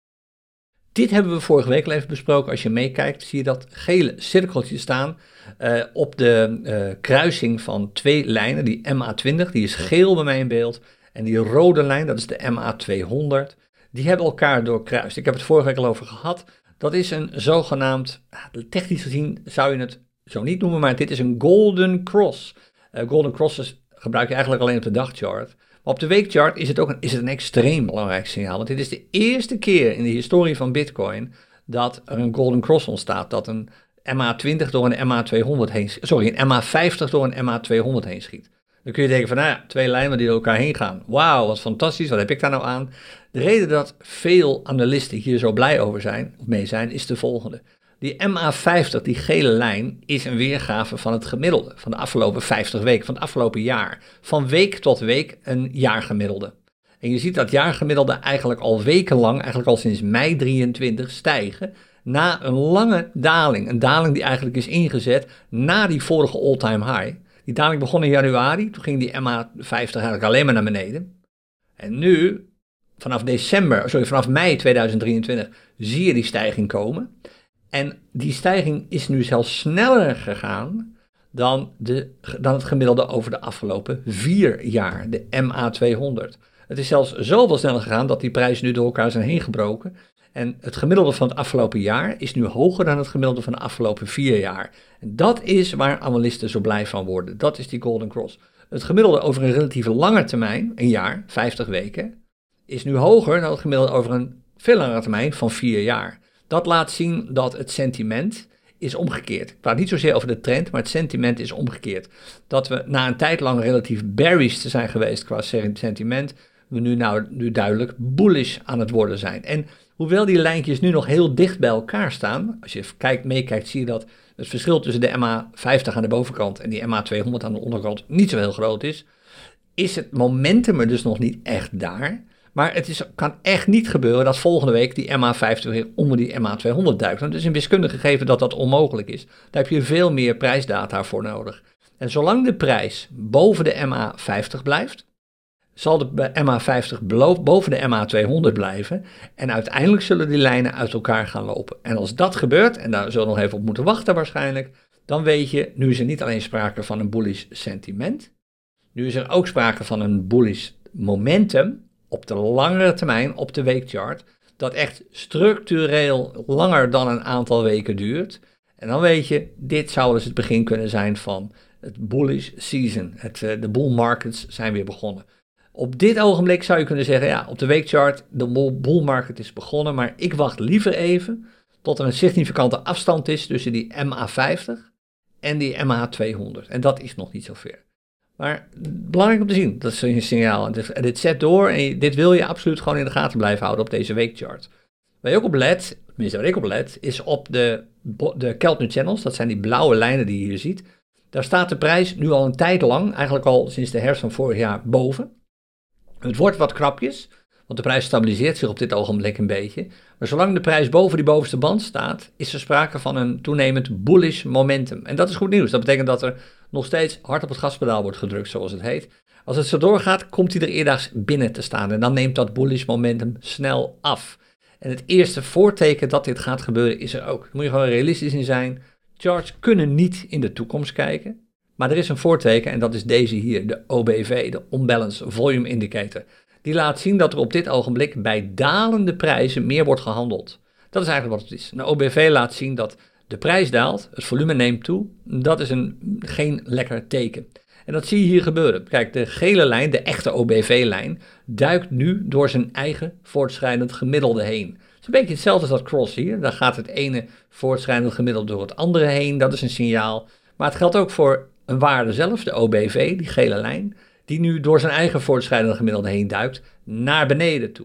Dit hebben we vorige week al even besproken. Als je meekijkt, zie je dat gele cirkeltje staan uh, op de uh, kruising van twee lijnen. Die M A twintig, die is geel bij mij in beeld. En die rode lijn, dat is de M A tweehonderd. Die hebben elkaar doorkruist. Ik heb het vorige week al over gehad. Dat is een zogenaamd, technisch gezien zou je het zo niet noemen, maar dit is een golden cross. Uh, golden crosses gebruik je eigenlijk alleen op de dagchart. Maar op de weekchart is het ook een, is het een extreem belangrijk signaal. Want dit is de eerste keer in de historie van Bitcoin dat er een golden cross ontstaat. Dat een M A twintig door een M A tweehonderd heen, sorry, een M A vijftig door een M A tweehonderd heen schiet. Dan kun je denken van, nou ja, twee lijnen die door elkaar heen gaan. Wauw, wat fantastisch, wat heb ik daar nou aan? De reden dat veel analisten hier zo blij over zijn, of mee zijn, is de volgende. Die M A vijftig, die gele lijn, is een weergave van het gemiddelde van de afgelopen vijftig weken, van het afgelopen jaar. Van week tot week een jaargemiddelde. En je ziet dat jaargemiddelde eigenlijk al wekenlang, eigenlijk al sinds mei drieëntwintig, stijgen na een lange daling. Een daling die eigenlijk is ingezet na die vorige all-time high. Die daling begon in januari, toen ging die M A vijftig eigenlijk alleen maar naar beneden. En nu, vanaf december, sorry, vanaf mei tweeduizend drieëntwintig, zie je die stijging komen. En die stijging is nu zelfs sneller gegaan dan, de, dan het gemiddelde over de afgelopen vier jaar, de M A tweehonderd. Het is zelfs zoveel sneller gegaan dat die prijzen nu door elkaar zijn heen gebroken. En het gemiddelde van het afgelopen jaar is nu hoger dan het gemiddelde van de afgelopen vier jaar. En dat is waar analisten zo blij van worden. Dat is die golden cross. Het gemiddelde over een relatief lange termijn, een jaar, vijftig weken, is nu hoger dan het gemiddelde over een veel langere termijn van vier jaar. Dat laat zien dat het sentiment is omgekeerd. Ik praat niet zozeer over de trend, maar het sentiment is omgekeerd. Dat we na een tijd lang relatief bearish te zijn geweest qua sentiment, we nu, nou, nu duidelijk bullish aan het worden zijn. En hoewel die lijntjes nu nog heel dicht bij elkaar staan, als je kijkt, meekijkt, zie je dat het verschil tussen de M A vijftig aan de bovenkant en die M A tweehonderd aan de onderkant niet zo heel groot is, is het momentum er dus nog niet echt daar. Maar het is, kan echt niet gebeuren dat volgende week die M A vijftig weer onder die M A tweehonderd duikt. Want het is een wiskundig gegeven dat dat onmogelijk is. Daar heb je veel meer prijsdata voor nodig. En zolang de prijs boven de M A vijftig blijft, zal de M A vijftig boven de M A tweehonderd blijven. En uiteindelijk zullen die lijnen uit elkaar gaan lopen. En als dat gebeurt, en daar zullen we nog even op moeten wachten waarschijnlijk, dan weet je, nu is er niet alleen sprake van een bullish sentiment. Nu is er ook sprake van een bullish momentum op de langere termijn, op de weekchart, dat echt structureel langer dan een aantal weken duurt. En dan weet je, dit zou dus het begin kunnen zijn van het bullish season. Het, de bull markets zijn weer begonnen. Op dit ogenblik zou je kunnen zeggen, ja, op de weekchart, de bull market is begonnen, maar ik wacht liever even tot er een significante afstand is tussen die M A vijftig en die M A tweehonderd. En dat is nog niet zo ver. Maar belangrijk om te zien, dat is een signaal. En dit, dit zet door en dit wil je absoluut gewoon in de gaten blijven houden op deze weekchart. Waar je ook op let, tenminste waar ik op let, is op de, de Keltner channels. Dat zijn die blauwe lijnen die je hier ziet. Daar staat de prijs nu al een tijd lang, eigenlijk al sinds de herfst van vorig jaar, boven. Het wordt wat krapjes, want de prijs stabiliseert zich op dit ogenblik een beetje. Maar zolang de prijs boven die bovenste band staat, is er sprake van een toenemend bullish momentum. En dat is goed nieuws. Dat betekent dat er nog steeds hard op het gaspedaal wordt gedrukt, zoals het heet. Als het zo doorgaat, komt hij er eerdaags binnen te staan. En dan neemt dat bullish momentum snel af. En het eerste voorteken dat dit gaat gebeuren is er ook. Daar moet je gewoon realistisch in zijn. Charts kunnen niet in de toekomst kijken. Maar er is een voorteken en dat is deze hier, de O B V, de Unbalanced Volume Indicator. Die laat zien dat er op dit ogenblik bij dalende prijzen meer wordt gehandeld. Dat is eigenlijk wat het is. Een O B V laat zien dat de prijs daalt, het volume neemt toe. Dat is een, geen lekker teken. En dat zie je hier gebeuren. Kijk, de gele lijn, de echte O B V-lijn, duikt nu door zijn eigen voortschrijdend gemiddelde heen. Het is een beetje hetzelfde als dat cross hier. Daar gaat het ene voortschrijdend gemiddelde door het andere heen. Dat is een signaal. Maar het geldt ook voor een waarde zelf, de O B V, die gele lijn, die nu door zijn eigen voortschrijdende gemiddelde heen duikt naar beneden toe.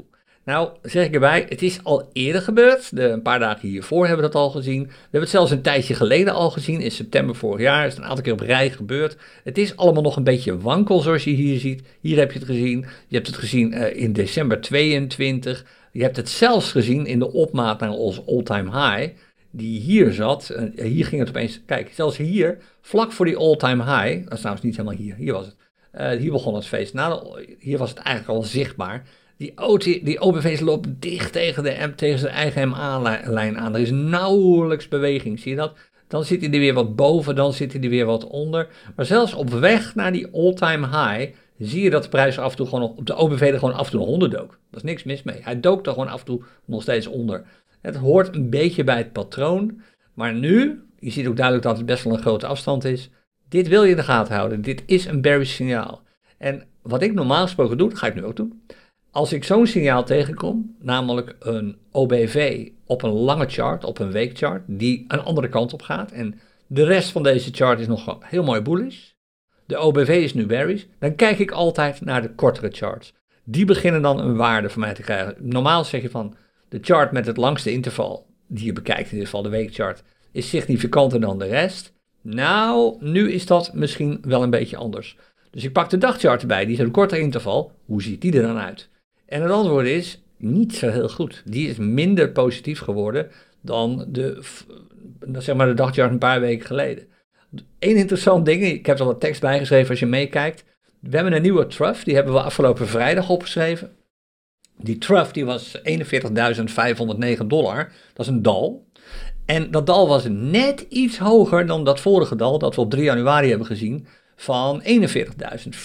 Nou, zeg ik erbij, het is al eerder gebeurd. De, een paar dagen hiervoor hebben we dat al gezien. We hebben het zelfs een tijdje geleden al gezien. In september vorig jaar is het een aantal keer op rij gebeurd. Het is allemaal nog een beetje wankel zoals je hier ziet. Hier heb je het gezien. Je hebt het gezien uh, in december tweeëntwintig. Je hebt het zelfs gezien in de opmaat naar ons all-time high. Die hier zat. Uh, hier ging het opeens. Kijk, zelfs hier, vlak voor die all-time high. Dat is trouwens niet helemaal hier. Hier was het. Uh, hier begon het feest. Nou, hier was het eigenlijk al zichtbaar. Die, O T, die O B V's lopen dicht tegen, de, tegen zijn eigen M A-lijn aan. Er is nauwelijks beweging, zie je dat? Dan zit hij er weer wat boven, dan zit hij er weer wat onder. Maar zelfs op weg naar die all-time high zie je dat de prijs af en toe gewoon op de O B V er gewoon af en toe nog onder dook. Daar is niks mis mee. Hij dook er gewoon af en toe nog steeds onder. Het hoort een beetje bij het patroon. Maar nu, je ziet ook duidelijk dat het best wel een grote afstand is. Dit wil je in de gaten houden. Dit is een bearish signaal. En wat ik normaal gesproken doe, dat ga ik nu ook doen. Als ik zo'n signaal tegenkom, namelijk een O B V op een lange chart, op een weekchart, die een andere kant op gaat en de rest van deze chart is nog heel mooi bullish, de O B V is nu bearish, dan kijk ik altijd naar de kortere charts. Die beginnen dan een waarde voor mij te krijgen. Normaal zeg je van, de chart met het langste interval, die je bekijkt, in dit geval de weekchart, is significanter dan de rest. Nou, nu is dat misschien wel een beetje anders. Dus ik pak de dagchart erbij, die is een korter interval. Hoe ziet die er dan uit? En het antwoord is niet zo heel goed. Die is minder positief geworden dan de, zeg maar de dagchart een paar weken geleden. Eén interessant ding, ik heb er wat tekst bijgeschreven als je meekijkt. We hebben een nieuwe trough, die hebben we afgelopen vrijdag opgeschreven. Die trough die was eenenveertigduizend vijfhonderdnegen dollar, dat is een dal. En dat dal was net iets hoger dan dat vorige dal dat we op drie januari hebben gezien van eenenveertigduizend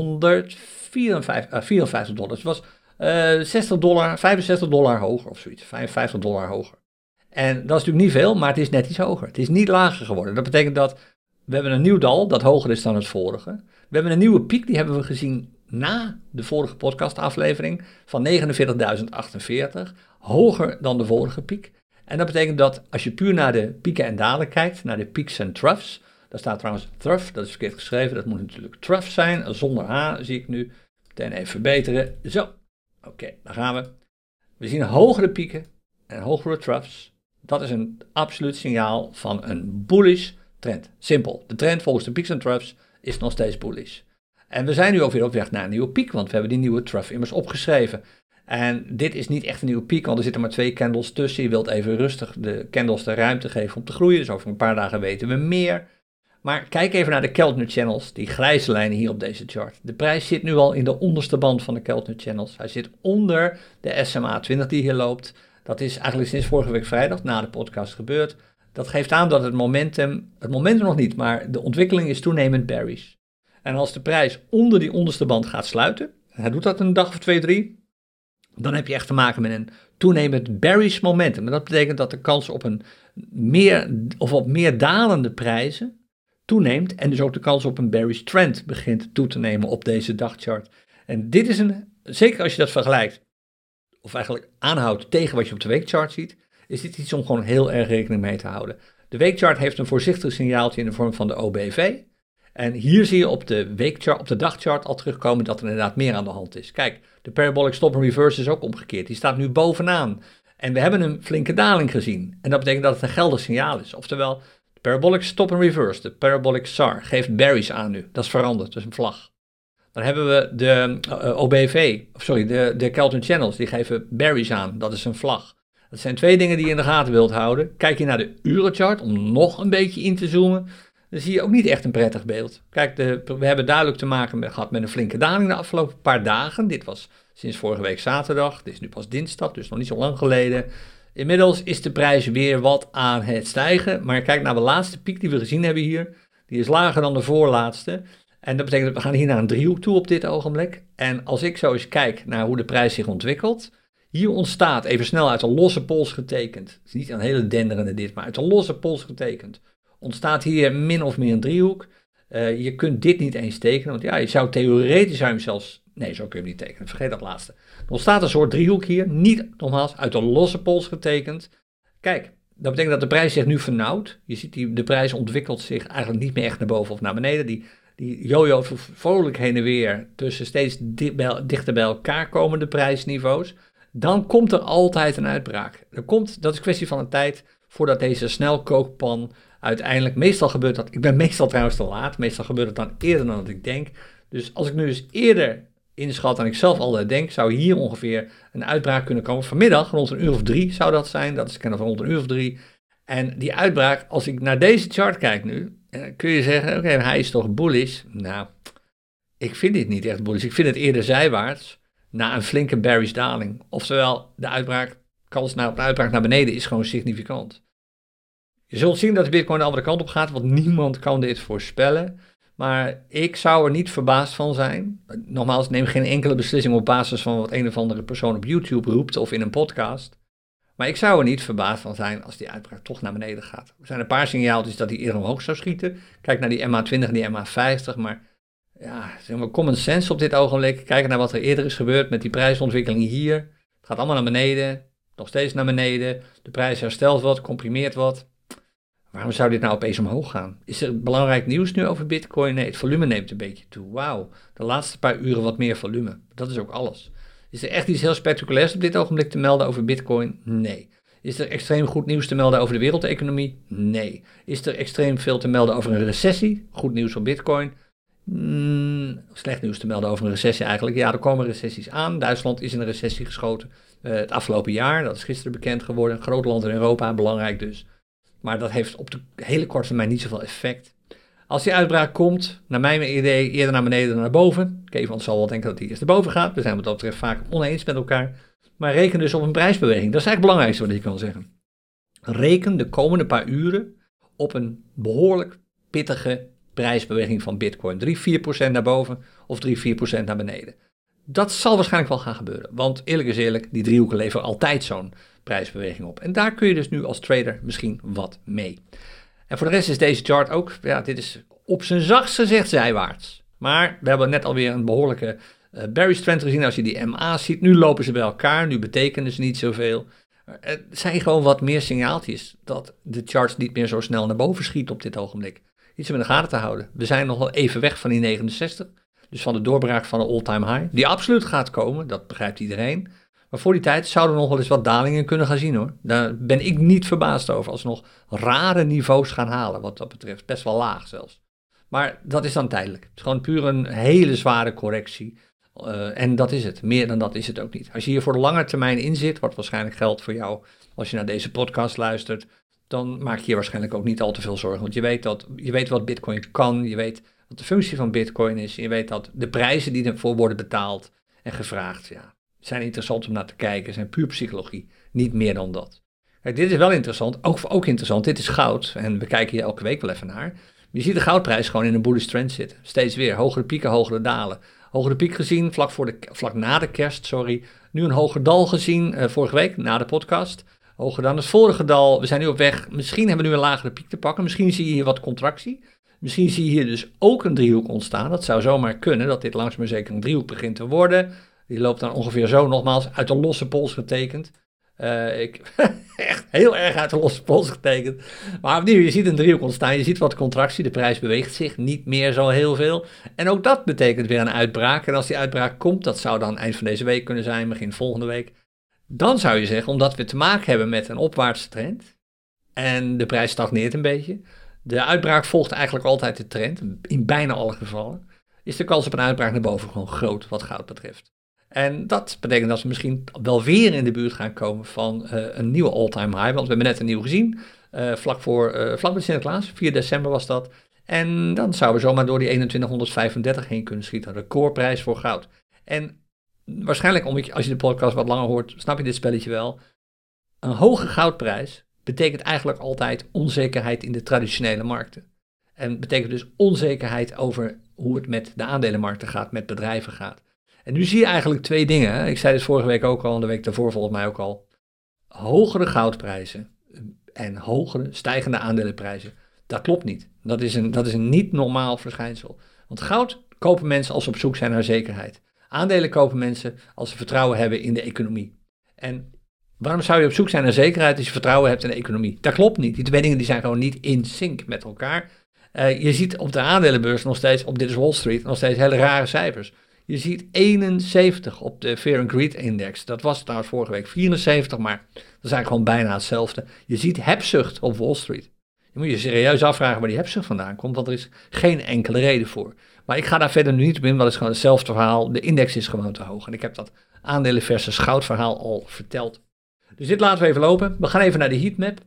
vierhonderdvierenvijftig dollar. Dus het was uh, zestig dollar, vijfenzestig dollar hoger of zoiets, vijfenvijftig dollar hoger. En dat is natuurlijk niet veel, maar het is net iets hoger. Het is niet lager geworden. Dat betekent dat we hebben een nieuw dal dat hoger is dan het vorige. We hebben een nieuwe piek, die hebben we gezien na de vorige podcastaflevering van negenenveertigduizend achtenveertig, hoger dan de vorige piek. En dat betekent dat als je puur naar de pieken en dalen kijkt, naar de peaks en troughs, daar staat trouwens trough, dat is verkeerd geschreven, dat moet natuurlijk trough zijn, zonder H zie ik nu. Meteen even verbeteren. Zo, oké, okay, daar gaan we. We zien hogere pieken en hogere troughs. Dat is een absoluut signaal van een bullish trend. Simpel. De trend volgens de peaks en troughs is nog steeds bullish. En we zijn nu ook weer op weg naar een nieuwe piek, want we hebben die nieuwe trough immers opgeschreven. En dit is niet echt een nieuwe piek, want er zitten maar twee candles tussen. Je wilt even rustig de candles de ruimte geven om te groeien. Dus over een paar dagen weten we meer. Maar kijk even naar de Keltner channels, die grijze lijnen hier op deze chart. De prijs zit nu al in de onderste band van de Keltner channels. Hij zit onder de S M A twintig die hier loopt. Dat is eigenlijk sinds vorige week vrijdag, na de podcast, gebeurd. Dat geeft aan dat het momentum, het momentum nog niet, maar de ontwikkeling is toenemend bearish. En als de prijs onder die onderste band gaat sluiten, hij doet dat een dag of twee, drie, dan heb je echt te maken met een toenemend bearish momentum. En dat betekent dat de kans op een meer, of op meer dalende prijzen toeneemt en dus ook de kans op een bearish trend begint toe te nemen op deze dagchart. En dit is een, zeker als je dat vergelijkt, of eigenlijk aanhoudt tegen wat je op de weekchart ziet, is dit iets om gewoon heel erg rekening mee te houden. De weekchart heeft een voorzichtig signaaltje in de vorm van de O B V. En hier zie je op de weekchart, op de dagchart al terugkomen dat er inderdaad meer aan de hand is. Kijk, de parabolic stop and reverse is ook omgekeerd. Die staat nu bovenaan. En we hebben een flinke daling gezien. En dat betekent dat het een geldig signaal is. Oftewel, de parabolic stop and reverse, de parabolic S A R, geeft bearish aan nu. Dat is veranderd, dat is een vlag. Dan hebben we de uh, O B V, of sorry, de, de Keltner channels, die geven bearish aan. Dat is een vlag. Dat zijn twee dingen die je in de gaten wilt houden. Kijk je naar de urenchart, om nog een beetje in te zoomen, dan zie je ook niet echt een prettig beeld. Kijk, de, we hebben duidelijk te maken met, gehad met een flinke daling de afgelopen paar dagen. Dit was sinds vorige week zaterdag, dit is nu pas dinsdag, dus nog niet zo lang geleden. Inmiddels is de prijs weer wat aan het stijgen, maar kijk naar de laatste piek die we gezien hebben hier. Die is lager dan de voorlaatste. En dat betekent dat we gaan hier naar een driehoek toe op dit ogenblik. En als ik zo eens kijk naar hoe de prijs zich ontwikkelt, hier ontstaat, even snel uit een losse pols getekend, het is niet een hele denderende dit, maar uit een losse pols getekend, ontstaat hier min of meer een driehoek. Uh, je kunt dit niet eens tekenen, want ja, je zou theoretisch zou je hem zelfs, nee, zo kun je hem niet tekenen, vergeet dat laatste. Er ontstaat een soort driehoek hier, niet nogmaals uit een losse pols getekend. Kijk, dat betekent dat de prijs zich nu vernauwt. Je ziet, die, de prijs ontwikkelt zich eigenlijk niet meer echt naar boven of naar beneden. Die, die jojo vrolijk heen en weer tussen steeds dichter bij elkaar komende prijsniveaus. dan komt er altijd een uitbraak. Er komt, dat is een kwestie van een tijd voordat deze snelkookpan uiteindelijk, meestal gebeurt dat, ik ben meestal trouwens te laat, meestal gebeurt het dan eerder dan dat ik denk. Dus als ik nu eens eerder inschat dan ik zelf al denk, zou hier ongeveer een uitbraak kunnen komen. Vanmiddag, rond een uur of drie zou dat zijn, dat is kennen van rond een uur of drie. En die uitbraak, als ik naar deze chart kijk nu, kun je zeggen, oké, okay, hij is toch bullish? Nou, ik vind dit niet echt bullish. Ik vind het eerder zijwaarts na een flinke bearish daling. Oftewel, de uitbraak, kans naar de uitbraak naar beneden is gewoon significant. Je zult zien dat de Bitcoin de andere kant op gaat, want niemand kan dit voorspellen. Maar ik zou er niet verbaasd van zijn. Nogmaals, neem geen enkele beslissing op basis van wat een of andere persoon op YouTube roept of in een podcast. Maar ik zou er niet verbaasd van zijn als die uitbraak toch naar beneden gaat. Er zijn een paar signaaltjes dat die eerder omhoog zou schieten. Kijk naar die M A twintig en die M A vijftig, maar ja, zeg maar common sense op dit ogenblik. Kijken naar wat er eerder is gebeurd met die prijsontwikkeling hier. Het gaat allemaal naar beneden, nog steeds naar beneden. De prijs herstelt wat, comprimeert wat. Waarom zou dit nou opeens omhoog gaan? Is er belangrijk nieuws nu over Bitcoin? Nee, het volume neemt een beetje toe. Wauw, de laatste paar uren wat meer volume. Dat is ook alles. Is er echt iets heel spectaculairs op dit ogenblik te melden over Bitcoin? Nee. Is er extreem goed nieuws te melden over de wereldeconomie? Nee. Is er extreem veel te melden over een recessie? Goed nieuws voor Bitcoin? Mm, slecht nieuws te melden over een recessie eigenlijk. Ja, er komen recessies aan. Duitsland is in een recessie geschoten uh, het afgelopen jaar. Dat is gisteren bekend geworden. Een groot land in Europa, belangrijk dus. Maar dat heeft op de hele korte termijn niet zoveel effect. Als die uitbraak komt, naar mijn idee, eerder naar beneden dan naar boven. Kevin zal wel denken dat hij eerst naar boven gaat. We zijn wat dat betreft vaak oneens met elkaar. Maar reken dus op een prijsbeweging. Dat is eigenlijk het belangrijkste wat je kan zeggen. Reken de komende paar uren op een behoorlijk pittige prijsbeweging van Bitcoin. drie, vier procent naar boven of drie, vier procent naar beneden. Dat zal waarschijnlijk wel gaan gebeuren. Want eerlijk is eerlijk, die driehoeken leveren altijd zo'n prijsbeweging op. En daar kun je dus nu als trader misschien wat mee. En voor de rest is deze chart ook, ja, dit is op zijn zachtst gezegd zijwaarts. Maar we hebben net alweer een behoorlijke uh, bearish trend gezien. Als je die M A's ziet, nu lopen ze bij elkaar, nu betekenen ze niet zoveel. Het zijn gewoon wat meer signaaltjes dat de charts niet meer zo snel naar boven schieten op dit ogenblik. Iets om in de gaten te houden. We zijn nog wel even weg van die negenenzestig, dus van de doorbraak van de all-time high. Die absoluut gaat komen, dat begrijpt iedereen. Maar voor die tijd zouden we nog wel eens wat dalingen kunnen gaan zien hoor. Daar ben ik niet verbaasd over als we nog rare niveaus gaan halen wat dat betreft. Best wel laag zelfs. Maar dat is dan tijdelijk. Het is gewoon puur een hele zware correctie. Uh, en dat is het. Meer dan dat is het ook niet. Als je hier voor de lange termijn in zit, wat waarschijnlijk geldt voor jou als je naar deze podcast luistert, dan maak je je waarschijnlijk ook niet al te veel zorgen. Want je weet, dat, je weet wat Bitcoin kan, je weet wat de functie van Bitcoin is. Je weet dat de prijzen die ervoor worden betaald en gevraagd, ja, zijn interessant om naar te kijken, zijn puur psychologie, niet meer dan dat. Kijk, dit is wel interessant, ook, ook interessant, dit is goud en we kijken hier elke week wel even naar. Je ziet de goudprijs gewoon in een bullish trend zitten, steeds weer, hogere pieken, hogere dalen. Hogere piek gezien, vlak, voor de, vlak na de kerst, sorry, nu een hoger dal gezien, uh, vorige week na de podcast, hoger dan het vorige dal, we zijn nu op weg, misschien hebben we nu een lagere piek te pakken, misschien zie je hier wat contractie. Misschien zie je hier dus ook een driehoek ontstaan, dat zou zomaar kunnen, dat dit langzaam maar zeker een driehoek begint te worden. Die loopt dan ongeveer zo, nogmaals, uit de losse pols getekend. Uh, ik, echt heel erg uit de losse pols getekend. Maar opnieuw, je ziet een driehoek ontstaan, je ziet wat contractie, de prijs beweegt zich niet meer zo heel veel. En ook dat betekent weer een uitbraak. En als die uitbraak komt, dat zou dan eind van deze week kunnen zijn, begin volgende week. Dan zou je zeggen, omdat we te maken hebben met een opwaartse trend en de prijs stagneert een beetje. De uitbraak volgt eigenlijk altijd de trend, in bijna alle gevallen. Is de kans op een uitbraak naar boven gewoon groot wat goud betreft. En dat betekent dat we misschien wel weer in de buurt gaan komen van uh, een nieuwe all-time high. Want we hebben net een nieuw gezien, uh, vlak voor uh, vlak bij Sinterklaas, vier december was dat. En dan zouden we zomaar door die eenentwintighonderdvijfendertig heen kunnen schieten. Een recordprijs voor goud. En waarschijnlijk, als je de podcast wat langer hoort, snap je dit spelletje wel. Een hoge goudprijs betekent eigenlijk altijd onzekerheid in de traditionele markten. En betekent dus onzekerheid over hoe het met de aandelenmarkten gaat, met bedrijven gaat. En nu zie je eigenlijk twee dingen. Hè? Ik zei dit vorige week ook al, en de week daarvoor volgens mij ook al. Hogere goudprijzen en hogere stijgende aandelenprijzen. Dat klopt niet. Dat is een, dat is een niet normaal verschijnsel. Want goud kopen mensen als ze op zoek zijn naar zekerheid. Aandelen kopen mensen als ze vertrouwen hebben in de economie. En waarom zou je op zoek zijn naar zekerheid als je vertrouwen hebt in de economie? Dat klopt niet. Die twee dingen die zijn gewoon niet in sync met elkaar. Uh, je ziet op de aandelenbeurs nog steeds, op dit is Wall Street, nog steeds hele rare cijfers. Je ziet eenenzeventig op de Fear and Greed Index. Dat was trouwens vorige week vierenzeventig, maar dat is eigenlijk gewoon bijna hetzelfde. Je ziet hebzucht op Wall Street. Je moet je serieus afvragen waar die hebzucht vandaan komt, want er is geen enkele reden voor. Maar ik ga daar verder nu niet op in, want het is gewoon hetzelfde verhaal. De index is gewoon te hoog. En ik heb dat aandelen versus goud verhaal al verteld. Dus dit laten we even lopen. We gaan even naar de heatmap.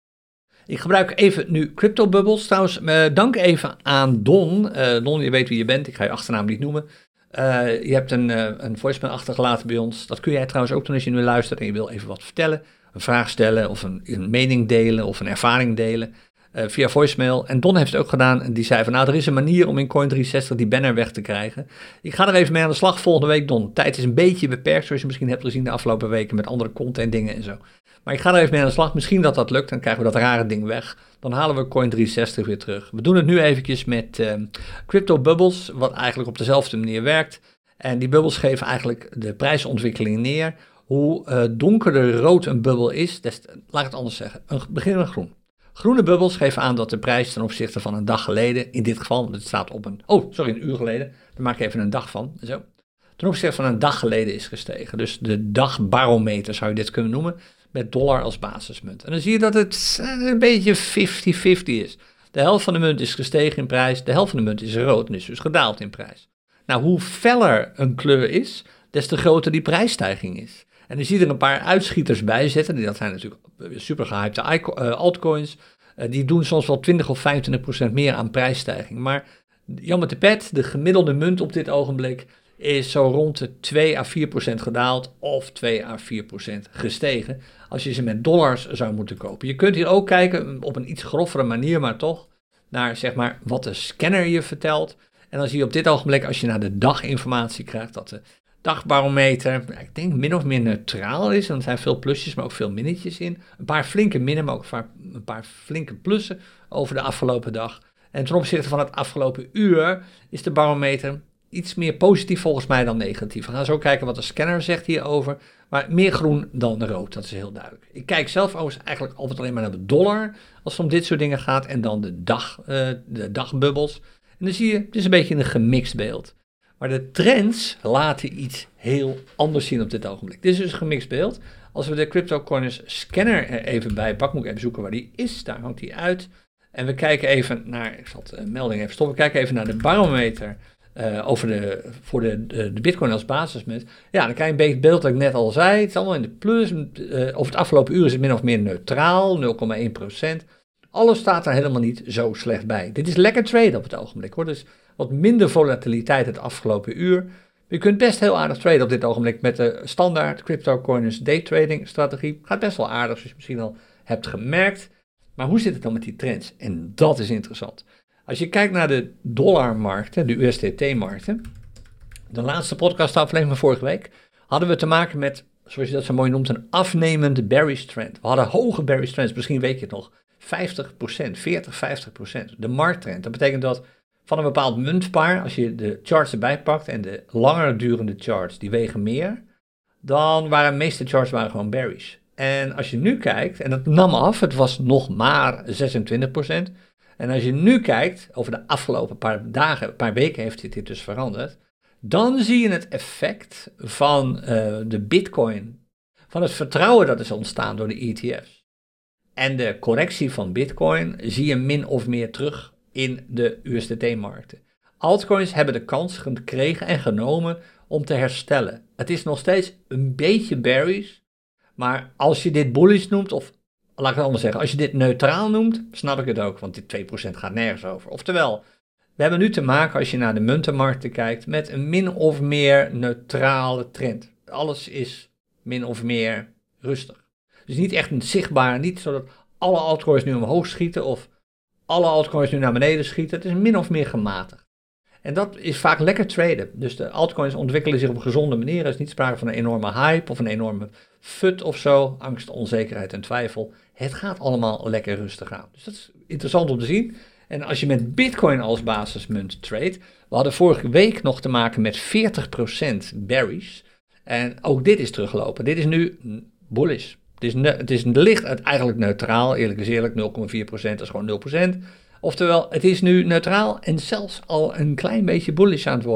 Ik gebruik even nu CryptoBubbles. Trouwens, uh, dank even aan Don. Uh, Don, je weet wie je bent. Ik ga je achternaam niet noemen. Uh, je hebt een, uh, een voicemail achtergelaten bij ons. Dat kun jij trouwens ook doen als je nu luistert en je wil even wat vertellen. Een vraag stellen of een, een mening delen of een ervaring delen. Uh, via voicemail. En Don heeft het ook gedaan. En die zei van, nou, er is een manier om in Coin driehonderdzestig die banner weg te krijgen. Ik ga er even mee aan de slag volgende week, Don. Tijd is een beetje beperkt, zoals je misschien hebt gezien de afgelopen weken met andere content dingen en zo. Maar ik ga er even mee aan de slag. Misschien dat dat lukt. Dan krijgen we dat rare ding weg. Dan halen we Coin driehonderdzestig weer terug. We doen het nu eventjes met uh, CryptoBubbles, wat eigenlijk op dezelfde manier werkt. En die bubbels geven eigenlijk de prijsontwikkeling neer. Hoe uh, donkerder rood een bubbel is, des, laat ik het anders zeggen. Een, beginnen met groen. Groene bubbels geven aan dat de prijs ten opzichte van een dag geleden, in dit geval, want het staat op een, oh, sorry, een uur geleden, daar maak ik even een dag van, zo. Ten opzichte van een dag geleden is gestegen. Dus de dagbarometer zou je dit kunnen noemen, met dollar als basismunt. En dan zie je dat het een beetje vijftig vijftig is. De helft van de munt is gestegen in prijs, de helft van de munt is rood en is dus gedaald in prijs. Nou, hoe feller een kleur is, des te groter die prijsstijging is. En dan zie je er een paar uitschieters bij zitten. Dat zijn natuurlijk super gehypte altcoins. Die doen soms wel twintig of vijfentwintig procent meer aan prijsstijging. Maar jammer te pet, de gemiddelde munt op dit ogenblik is zo rond de twee à vier procent gedaald of twee à vier procent gestegen. Als je ze met dollars zou moeten kopen. Je kunt hier ook kijken op een iets grovere manier, maar toch, naar zeg maar wat de scanner je vertelt. En dan zie je op dit ogenblik, als je naar de daginformatie krijgt, dat de dagbarometer, ik denk min of meer neutraal is. En er zijn veel plusjes, maar ook veel minnetjes in. Een paar flinke minnen, maar ook een paar flinke plussen over de afgelopen dag. En ten opzichte van het afgelopen uur is de barometer iets meer positief volgens mij dan negatief. We gaan zo kijken wat de scanner zegt hierover. Maar meer groen dan rood, dat is heel duidelijk. Ik kijk zelf overigens eigenlijk altijd alleen maar naar de dollar als het om dit soort dingen gaat. En dan de, dag, uh, de dagbubbels. En dan zie je, het is een beetje een gemixt beeld. Maar de trends laten iets heel anders zien op dit ogenblik. Dit is dus een gemixt beeld. Als we de CryptoCoiners scanner er even bij pakken, moet ik even zoeken waar die is. Daar hangt die uit. En we kijken even naar, ik zal de melding even stoppen. We kijken even naar de barometer uh, over de, voor de, de, de Bitcoin als basismunt. Ja, dan krijg je een beetje het beeld dat ik net al zei. Het is allemaal in de plus. Uh, over het afgelopen uur is het min of meer neutraal, nul komma één procent. Alles staat er helemaal niet zo slecht bij. Dit is lekker traden op het ogenblik hoor. Dus wat minder volatiliteit het afgelopen uur. Je kunt best heel aardig traden op dit ogenblik met de standaard CryptoCoiners daytrading strategie. Gaat best wel aardig, zoals je misschien al hebt gemerkt. Maar hoe zit het dan met die trends? En dat is interessant. Als je kijkt naar de dollarmarkten, de U S D T-markten. De laatste podcastaflevering van vorige week hadden we te maken met, zoals je dat zo mooi noemt, een afnemende bearish trend. We hadden hoge bearish trends, misschien weet je het nog. vijftig procent, veertig, vijftig procent. De markttrend. Dat betekent dat van een bepaald muntpaar, als je de charts erbij pakt en de langer durende charts, die wegen meer, dan waren de meeste charts waren gewoon bearish. En als je nu kijkt, en dat nam af, het was nog maar zesentwintig procent. En als je nu kijkt, over de afgelopen paar dagen, een paar weken heeft dit, dit dus veranderd, dan zie je het effect van uh, de Bitcoin, van het vertrouwen dat is ontstaan door de E T F's. En de correctie van Bitcoin zie je min of meer terug in de U S D T-markten. Altcoins hebben de kans gekregen en genomen om te herstellen. Het is nog steeds een beetje bearish, maar als je dit bullish noemt, of laat ik het anders zeggen, als je dit neutraal noemt, snap ik het ook, want dit twee procent gaat nergens over. Oftewel, we hebben nu te maken, als je naar de muntenmarkten kijkt, met een min of meer neutrale trend. Alles is min of meer rustig. Dus niet echt een zichtbaar, niet zodat alle altcoins nu omhoog schieten of alle altcoins nu naar beneden schieten. Het is min of meer gematigd. En dat is vaak lekker traden. Dus de altcoins ontwikkelen zich op een gezonde manier. Er is niet sprake van een enorme hype of een enorme fut of zo. Angst, onzekerheid en twijfel. Het gaat allemaal lekker rustig aan. Dus dat is interessant om te zien. En als je met Bitcoin als basismunt trade. We hadden vorige week nog te maken met veertig procent bearish. En ook dit is teruggelopen. Dit is nu bullish. Het is, ne- het is licht eigenlijk neutraal, eerlijk is eerlijk, nul komma vier procent, dat is gewoon nul procent. Oftewel, het is nu neutraal en zelfs al een klein beetje bullish aan het worden.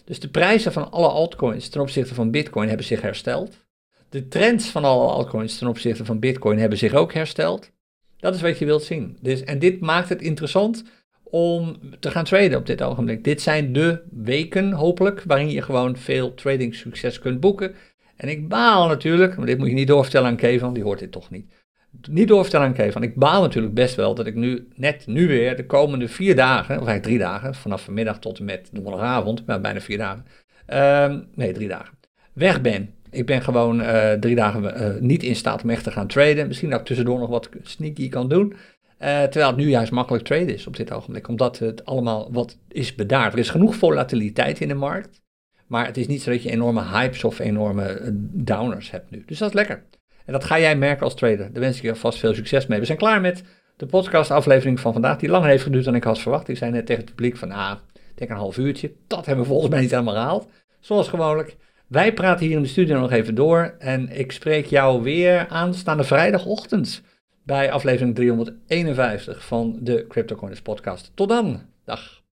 Dus de prijzen van alle altcoins ten opzichte van Bitcoin hebben zich hersteld. De trends van alle altcoins ten opzichte van Bitcoin hebben zich ook hersteld. Dat is wat je wilt zien. Dus, en dit maakt het interessant om te gaan traden op dit ogenblik. Dit zijn de weken, hopelijk, waarin je gewoon veel trading succes kunt boeken. En ik baal natuurlijk, maar dit moet je niet doorvertellen aan Kevin, die hoort dit toch niet. Niet doorvertellen aan Kevin, want ik baal natuurlijk best wel dat ik nu, net nu weer, de komende vier dagen, of eigenlijk drie dagen, vanaf vanmiddag tot en met donderdagavond, maar bijna vier dagen, uh, nee drie dagen, weg ben. Ik ben gewoon uh, drie dagen uh, niet in staat om echt te gaan traden. Misschien dat ik tussendoor nog wat sneaky kan doen. Uh, terwijl het nu juist makkelijk traden is op dit ogenblik. Omdat het allemaal wat is bedaard. Er is genoeg volatiliteit in de markt. Maar het is niet zo dat je enorme hypes of enorme uh, downers hebt nu. Dus dat is lekker. En dat ga jij merken als trader. Daar wens ik je vast veel succes mee. We zijn klaar met de podcastaflevering van vandaag. Die langer heeft geduurd dan ik had verwacht. Ik zei net tegen het publiek van, ah, ik denk een half uurtje. Dat hebben we volgens mij niet helemaal gehaald. Zoals gewoonlijk. Wij praten hier in de studio nog even door en ik spreek jou weer aanstaande vrijdagochtend bij aflevering driehonderdeenenvijftig van de CryptoCoiners podcast. Tot dan. Dag.